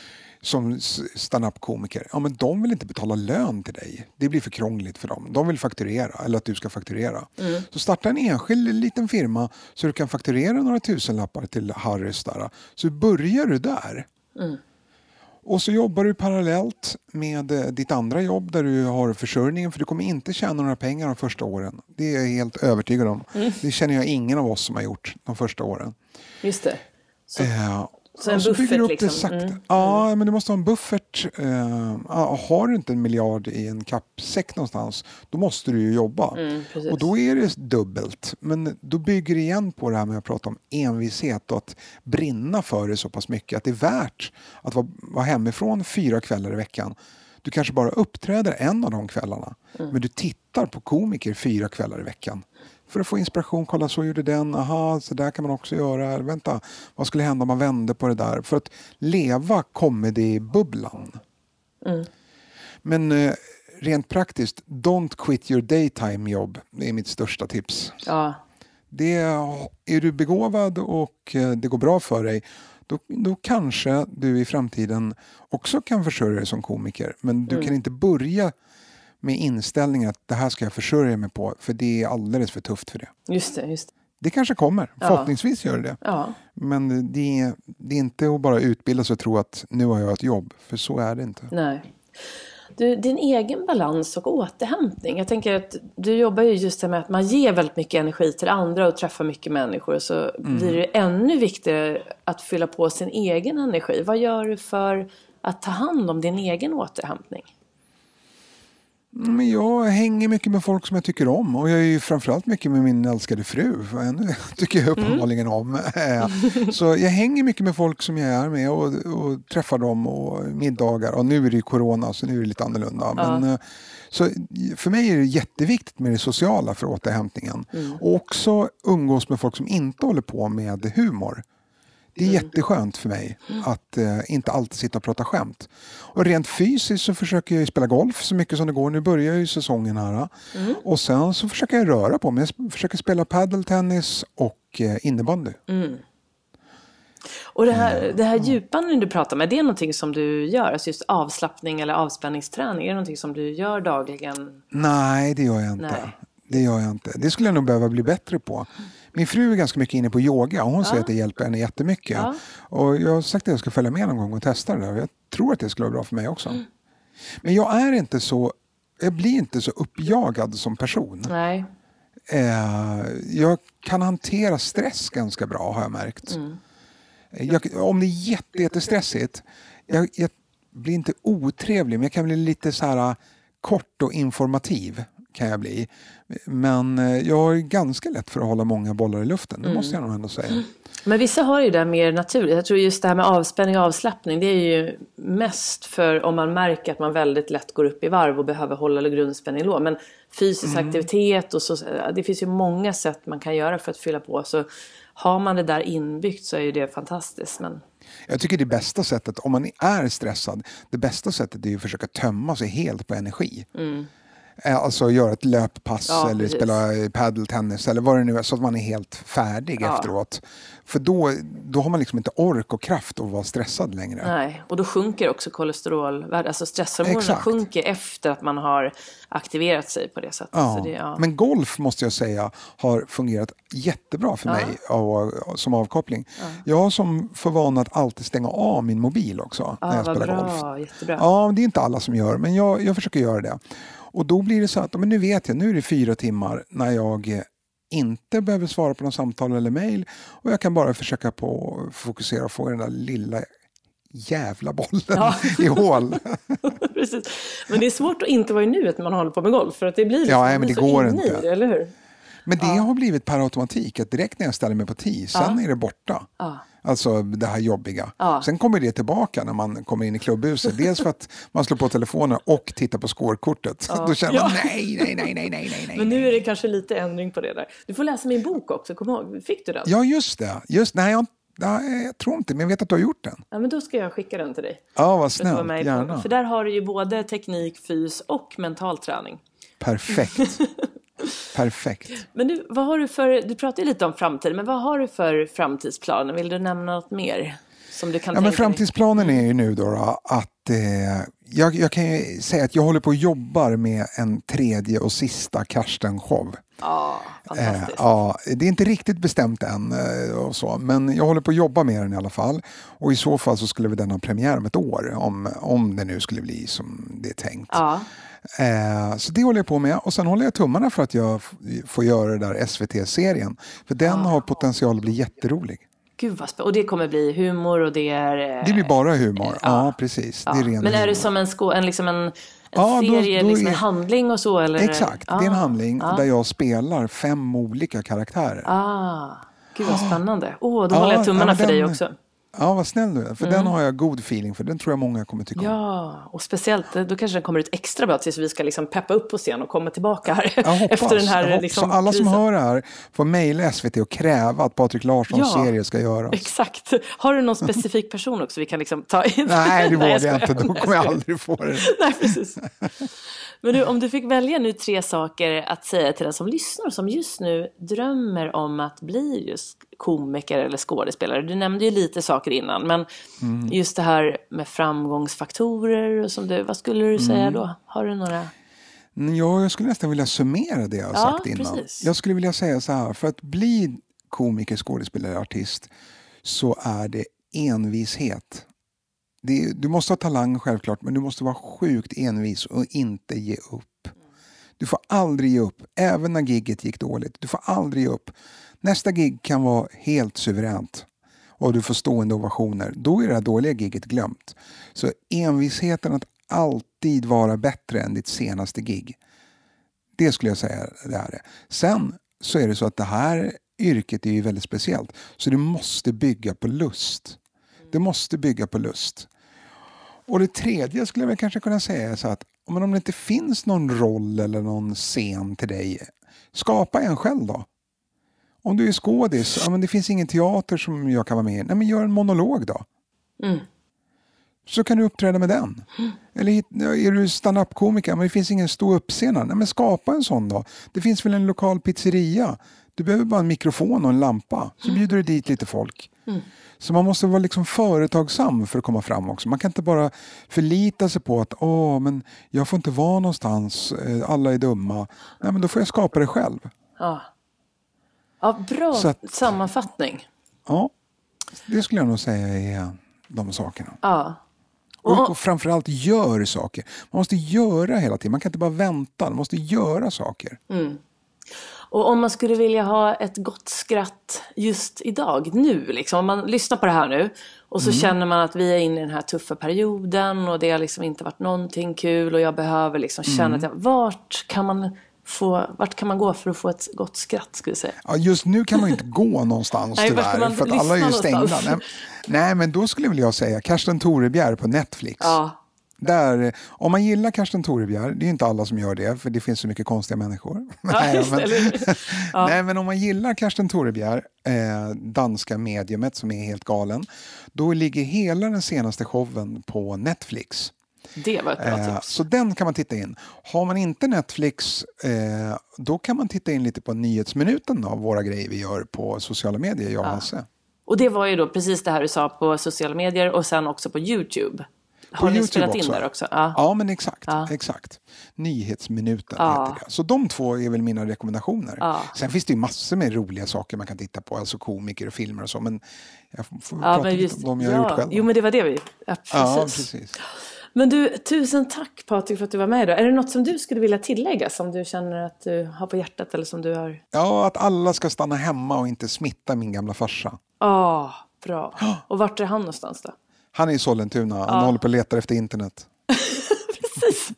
Speaker 2: som stand-up-komiker, ja men de vill inte betala lön till dig. Det blir för krångligt för dem. De vill fakturera, eller att du ska fakturera. Mm. Så starta en enskild liten firma så du kan fakturera några tusenlappar till Harrys där. Så börjar du där. Mm. Och så jobbar du parallellt med ditt andra jobb där du har försörjningen, för du kommer inte tjäna några pengar de första åren. Det är jag helt övertygad om. Mm. Det känner jag ingen av oss som har gjort de första åren.
Speaker 1: Just det. Så...
Speaker 2: Eh,
Speaker 1: Så en buffert liksom. Mm.
Speaker 2: Ja, men du måste ha en buffert. Uh, har du inte en miljard i en kappsäck någonstans, då måste du ju jobba. Mm, och då är det dubbelt. Men då bygger det igen på det här med att prata om envishet och att brinna för det så pass mycket. Att det är värt att vara, vara hemifrån fyra kvällar i veckan. Du kanske bara uppträder en av de kvällarna. Mm. Men du tittar på komiker fyra kvällar i veckan. För att få inspiration, kolla så gjorde den, aha, så där kan man också göra, vänta, vad skulle hända om man vände på det där? För att leva comedy-bubblan. Mm. Men eh, rent praktiskt, don't quit your daytime jobb, det är mitt största tips.
Speaker 1: Ja.
Speaker 2: Det, är du begåvad och eh, det går bra för dig, då, då kanske du i framtiden också kan försörja dig som komiker. Men du mm. kan inte börja med inställningen att det här ska jag försörja mig på, för det är alldeles för tufft för det.
Speaker 1: Just det, just det.
Speaker 2: Det kanske kommer,
Speaker 1: ja.
Speaker 2: Förhoppningsvis gör det.
Speaker 1: Ja.
Speaker 2: Men det är, det är inte att bara utbilda sig och tro att nu har jag ett jobb, för så är det inte.
Speaker 1: Nej. Du, din egen balans och återhämtning. Jag tänker att du jobbar ju just med att man ger väldigt mycket energi till andra och träffar mycket människor, så mm. blir det ännu viktigare att fylla på sin egen energi. Vad gör du för att ta hand om din egen återhämtning?
Speaker 2: Men jag hänger mycket med folk som jag tycker om, och jag är ju framförallt mycket med min älskade fru, för henne tycker jag uppenbarligen mm. om. Så jag hänger mycket med folk som jag är med och, och träffar dem och middagar, och nu är det ju corona så nu är det lite annorlunda. Ja. Men, så för mig är det jätteviktigt med det sociala för återhämtningen. Mm. Och också umgås med folk som inte håller på med humor. Det är jätteskönt för mig att eh, inte alltid sitta och prata skämt. Och rent fysiskt så försöker jag spela golf så mycket som det går. Nu börjar ju säsongen här. Mm. Och sen så försöker jag röra på mig. Jag försöker spela paddeltennis och eh, innebandy.
Speaker 1: Mm. Och det här, det här djupanden du pratar med, det är någonting som du gör? Alltså just avslappning eller avspänningsträning, är det någonting som du gör dagligen?
Speaker 2: Nej, det gör jag inte. Nej. Det gör jag inte. Det skulle jag nog behöva bli bättre på. Min fru är ganska mycket inne på yoga. Hon ja. säger att det hjälper henne jättemycket. Ja. Och jag har sagt att jag ska följa med någon gång och testa det. Jag tror att det skulle vara bra för mig också. Mm. Men jag är inte så... Jag blir inte så uppjagad som person.
Speaker 1: Nej.
Speaker 2: Eh, jag kan hantera stress ganska bra, har jag märkt. Mm. Jag, om det är jätte, jättestressigt, jag, jag blir inte otrevlig, men jag kan bli lite så här kort och informativ. kan jag bli. Men jag är ganska lätt för att hålla många bollar i luften. Det mm. måste jag nog ändå säga.
Speaker 1: Men vissa har ju det mer naturligt. Jag tror just det här med avspänning och avslappning, det är ju mest för om man märker att man väldigt lätt går upp i varv och behöver hålla grundspänning låg. Men fysisk mm. aktivitet och så, det finns ju många sätt man kan göra för att fylla på. Så har man det där inbyggt så är ju det fantastiskt. Men...
Speaker 2: Jag tycker det bästa sättet, om man är stressad, det bästa sättet är ju att försöka tömma sig helt på energi. Mm. Alltså göra ett löppass ja, eller precis. Spela paddeltennis eller vad det nu är, så att man är helt färdig ja. efteråt. För då, då har man liksom inte ork och kraft att vara stressad längre.
Speaker 1: Nej, och då sjunker också kolesterolvärdet. Alltså stresshormonerna sjunker efter att man har aktiverat sig på det sättet.
Speaker 2: Ja.
Speaker 1: Så det, ja.
Speaker 2: Men golf måste jag säga har fungerat jättebra för ja. mig och, och, som avkoppling. Ja. Jag har som för vana att alltid stänga av min mobil också
Speaker 1: ja,
Speaker 2: när jag spelar
Speaker 1: bra.
Speaker 2: golf.
Speaker 1: Jättebra.
Speaker 2: Ja, det är inte alla som gör, men jag, jag försöker göra det. Och då blir det så att, men nu vet jag, nu är det fyra timmar när jag inte behöver svara på någon samtal eller mejl. Och jag kan bara försöka på fokusera och få den där lilla jävla bollen ja. i hål.
Speaker 1: Precis. Men det är svårt att inte vara i nuet när man håller på med golf. För att det blir liksom,
Speaker 2: ja, nej, men det går inte.
Speaker 1: Det, eller hur?
Speaker 2: Men det
Speaker 1: ja.
Speaker 2: har blivit per automatik att direkt när jag ställer mig på tee, sen ja. är det borta. Ja. Alltså det här jobbiga. Ja. Sen kommer det tillbaka när man kommer in i klubbhuset. Dels för att man slår på telefonen och tittar på scorekortet. Ja. Då känner man ja. nej, nej, nej, nej, nej, nej.
Speaker 1: Men nu är det kanske lite ändring på det där. Du får läsa min bok också, kom ihåg. Fick du den?
Speaker 2: Ja, just det. Just, nej, jag, nej, jag tror inte, men jag vet att du har gjort den.
Speaker 1: Ja, men då ska jag skicka den till dig.
Speaker 2: Ja, vad snällt, gärna.
Speaker 1: För där har du ju både teknik, fys och mental träning.
Speaker 2: Perfekt. Perfekt.
Speaker 1: Men du, vad har du för, du pratar ju lite om framtiden, men vad har du för framtidsplaner? Vill du nämna något mer som du kan
Speaker 2: ja,
Speaker 1: tänka
Speaker 2: men framtidsplanen är ju nu då, då att eh, jag, jag kan ju säga att jag håller på och jobbar med en tredje och sista Karsten-show.
Speaker 1: Ja, fantastiskt.
Speaker 2: Eh, ja, det är inte riktigt bestämt än eh, och så, men jag håller på att jobba med den i alla fall. Och i så fall så skulle vi den ha premiär om ett år, om, om det nu skulle bli som det är tänkt. Ja. Eh, så det håller jag på med, och sen håller jag tummarna för att jag f- får göra det där S V T-serien, för den ah. har potential att bli jätterolig.
Speaker 1: Gud vad spännande. Och det kommer bli humor och det är...
Speaker 2: Det blir bara humor, eh, ja, ja precis.
Speaker 1: Ja.
Speaker 2: Det är ren
Speaker 1: Men är
Speaker 2: humor.
Speaker 1: det som en, sko- en, liksom en, en
Speaker 2: ja,
Speaker 1: serie,
Speaker 2: då, då
Speaker 1: liksom
Speaker 2: är...
Speaker 1: en handling och så? Eller?
Speaker 2: Exakt, ah. det är en handling
Speaker 1: ah.
Speaker 2: där jag spelar fem olika karaktärer.
Speaker 1: Ah. Gud vad spännande. Åh, oh, då ah. håller jag tummarna ja, för den... dig också.
Speaker 2: Ja, vad snäll du är. För mm. den har jag god feeling för. Den tror jag många kommer tycka om.
Speaker 1: Ja, och speciellt då kanske den kommer ut extra bra tills vi ska liksom peppa upp oss igen och komma tillbaka här.
Speaker 2: Jag hoppas,
Speaker 1: efter den här liksom,
Speaker 2: så alla
Speaker 1: krisen.
Speaker 2: som hör det här får mejla S V T och kräva att Patrik Larssons
Speaker 1: ja,
Speaker 2: serie ska göras.
Speaker 1: Exakt. Har du någon specifik person också vi kan liksom ta in?
Speaker 2: Nej, det vågar jag, jag inte. Då kommer jag aldrig få det.
Speaker 1: Nej, precis. Men du, om du fick välja nu tre saker att säga till den som lyssnar, som just nu drömmer om att bli just komiker eller skådespelare. Du nämnde ju lite saker innan, men mm. just det här med framgångsfaktorer och som du, vad skulle du säga mm. då? Har du några?
Speaker 2: Ja, jag skulle nästan vilja summera det jag har
Speaker 1: ja,
Speaker 2: sagt innan.
Speaker 1: Precis.
Speaker 2: Jag skulle vilja säga så här, för att bli komiker, skådespelare, artist så är det envishet. Det, du måste ha talang självklart, men du måste vara sjukt envis och inte ge upp. Du får aldrig ge upp, även när gigget gick dåligt. Du får aldrig ge upp. Nästa gig kan vara helt suveränt och du får stående ovationer. Då är det här dåliga gigget glömt. Så envisheten att alltid vara bättre än ditt senaste gig. Det skulle jag säga det här är. Sen så är det så att det här yrket är ju väldigt speciellt. Så du måste bygga på lust. Det måste bygga på lust. Och det tredje skulle jag väl kanske kunna säga är så att om det inte finns någon roll eller någon scen till dig, skapa en själv då. Om du är skådis, ja, men det finns ingen teater som jag kan vara med i. Nej, men gör en monolog då. Mm. Så kan du uppträda med den. Mm. Eller är du stand-up-komiker, men det finns ingen stå upp-scen. Nej, men skapa en sån då. Det finns väl en lokal pizzeria. Du behöver bara en mikrofon och en lampa. Så bjuder du dit lite folk. Mm. Så man måste vara liksom företagsam för att komma fram också. Man kan inte bara förlita sig på att åh, men jag får inte vara någonstans. Alla är dumma. Nej, men då får jag skapa det själv.
Speaker 1: Ja. Ja, bra att, sammanfattning.
Speaker 2: Ja, det skulle jag nog säga är de sakerna.
Speaker 1: Ja.
Speaker 2: Och, och framförallt gör saker. Man måste göra hela tiden. Man kan inte bara vänta. Man måste göra saker.
Speaker 1: Mm. Och om man skulle vilja ha ett gott skratt just idag, nu liksom. Om man lyssnar på det här nu och så mm. känner man att vi är inne i den här tuffa perioden och det har liksom inte varit någonting kul och jag behöver liksom känna mm. att jag, vart kan man få, vart kan man gå för att få ett gott skratt, skulle jag säga?
Speaker 2: Ja, just nu kan man ju inte gå någonstans
Speaker 1: Nej,
Speaker 2: tyvärr,
Speaker 1: man
Speaker 2: för att alla är ju stängda. Nej, nej, men då skulle väl jag säga Karsten Torebjer på Netflix.
Speaker 1: Ja.
Speaker 2: Där, om man gillar Karsten Torebjer, det är ju inte alla som gör det, för det finns så mycket konstiga människor.
Speaker 1: Ja,
Speaker 2: nej, men,
Speaker 1: ja.
Speaker 2: nej, men om man gillar Karsten Torebjer, eh, danska mediumet som är helt galen, då ligger hela den senaste showen på Netflix.
Speaker 1: Det var ett bra
Speaker 2: Eh,
Speaker 1: tips.
Speaker 2: så den kan man titta in. Har man inte Netflix, eh, då kan man titta in lite på nyhetsminuten av våra grejer vi gör på sociala medier, jag och
Speaker 1: Ja.
Speaker 2: Hasse.
Speaker 1: Och det var ju då precis det här du sa på sociala medier och sen också på YouTube. Har
Speaker 2: På
Speaker 1: ni
Speaker 2: YouTube
Speaker 1: spelat in
Speaker 2: också.
Speaker 1: där också? Ja.
Speaker 2: Ja, men exakt.
Speaker 1: Ja.
Speaker 2: exakt. Nyhetsminuten
Speaker 1: Ja.
Speaker 2: heter det. Så de två är väl mina rekommendationer.
Speaker 1: Ja.
Speaker 2: Sen finns det ju massor med roliga saker man kan titta på, alltså komiker och filmer och så, men jag får får
Speaker 1: Ja,
Speaker 2: prata
Speaker 1: men
Speaker 2: lite
Speaker 1: just,
Speaker 2: om de jag
Speaker 1: ja.
Speaker 2: har gjort själv.
Speaker 1: Jo, men det var det vi... Ja, precis.
Speaker 2: Ja, precis.
Speaker 1: Men du, tusen tack Patrik för att du var med idag. Är det något som du skulle vilja tillägga som du känner att du har på hjärtat eller som du har...
Speaker 2: Ja, att alla ska stanna hemma och inte smitta min gamla farsa.
Speaker 1: Ja, oh, bra. Och vart är han någonstans då?
Speaker 2: Han är i Sollentuna, han
Speaker 1: Ja.
Speaker 2: håller på att leta efter internet.
Speaker 1: Precis.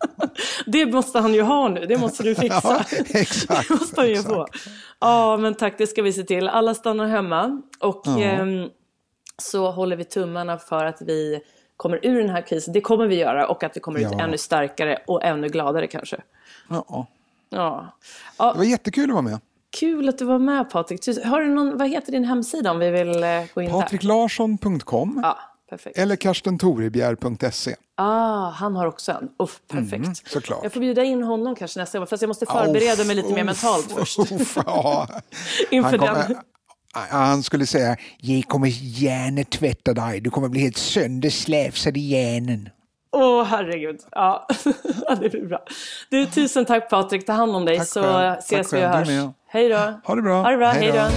Speaker 1: Det måste han ju ha nu, det måste du fixa.
Speaker 2: Ja, exakt.
Speaker 1: Det måste han ju
Speaker 2: exakt.
Speaker 1: få. Ja, men tack, det ska vi se till. Alla stannar hemma och
Speaker 2: Ja.
Speaker 1: ehm, så håller vi tummarna för att vi kommer ur den här krisen. Det kommer vi göra och att vi kommer ut
Speaker 2: Ja.
Speaker 1: ännu starkare och ännu gladare kanske.
Speaker 2: Ja.
Speaker 1: Ja.
Speaker 2: Det
Speaker 1: Ja,
Speaker 2: var jättekul att vara med.
Speaker 1: kul att du var med Patrik. Tusen- Har du någon, vad heter din hemsida om vi vill eh, gå in där?
Speaker 2: patrik larsson punkt com
Speaker 1: Ja, perfekt.
Speaker 2: eller karsten torebjer punkt se.
Speaker 1: Ah, han har också en. Uff, perfekt.
Speaker 2: Mm, såklart.
Speaker 1: Jag får bjuda in honom kanske nästa gång. Fast jag måste förbereda mig lite mer mentalt först.
Speaker 2: Uff, ja.
Speaker 1: Inför
Speaker 2: Han kommer-
Speaker 1: den.
Speaker 2: Han skulle säga,
Speaker 3: Jag kommer gärna tvätta dig. Du kommer bli helt söndersläfsad i hjärnan.
Speaker 1: Åh, oh, herregud. Ja. Ja, det blir bra. Du, tusen tack Patrik. Ta hand om dig
Speaker 2: Tack
Speaker 1: så
Speaker 2: själv.
Speaker 1: ses
Speaker 2: Tack
Speaker 1: vi och
Speaker 2: själv. Du
Speaker 1: hörs.
Speaker 2: med.
Speaker 1: Hej då.
Speaker 2: Ha det bra.
Speaker 1: Ha det bra. Hej
Speaker 2: Hej
Speaker 1: då.
Speaker 2: då.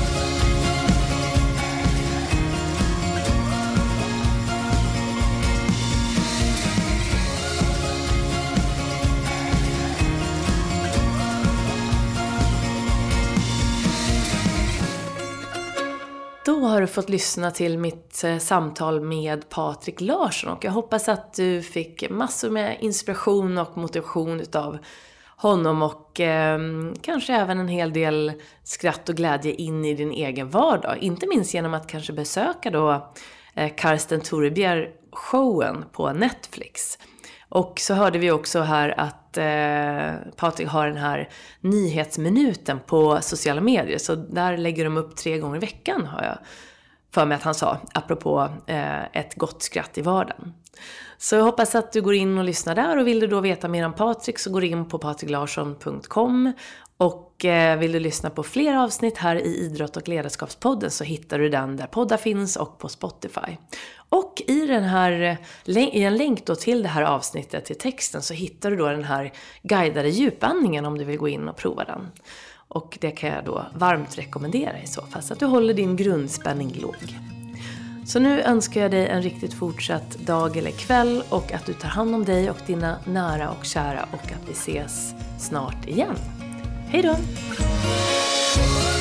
Speaker 1: Då har du fått lyssna till mitt eh, samtal med Patrik Larsson och jag hoppas att du fick massor med inspiration och motivation utav honom och eh, kanske även en hel del skratt och glädje in i din egen vardag. Inte minst genom att kanske besöka då eh, Karsten Torebjer showen på Netflix. Och så hörde vi också här att eh, Patrik har den här nyhetsminuten på sociala medier. Så där lägger de upp tre gånger i veckan har jag för mig att han sa. Apropå eh, ett gott skratt i vardagen. Så jag hoppas att du går in och lyssnar där. Och vill du då veta mer om Patrik så går du in på patrik larsson punkt com. Och eh, vill du lyssna på fler avsnitt här i Idrott- och ledarskapspodden så hittar du den där poddar finns och på Spotify. Och i, den här, i en länk då till det här avsnittet till texten så hittar du då den här guidade djupandningen om du vill gå in och prova den. Och det kan jag då varmt rekommendera i så fall så att du håller din grundspänning låg. Så nu önskar jag dig en riktigt fortsatt dag eller kväll och att du tar hand om dig och dina nära och kära och att vi ses snart igen. Hej då!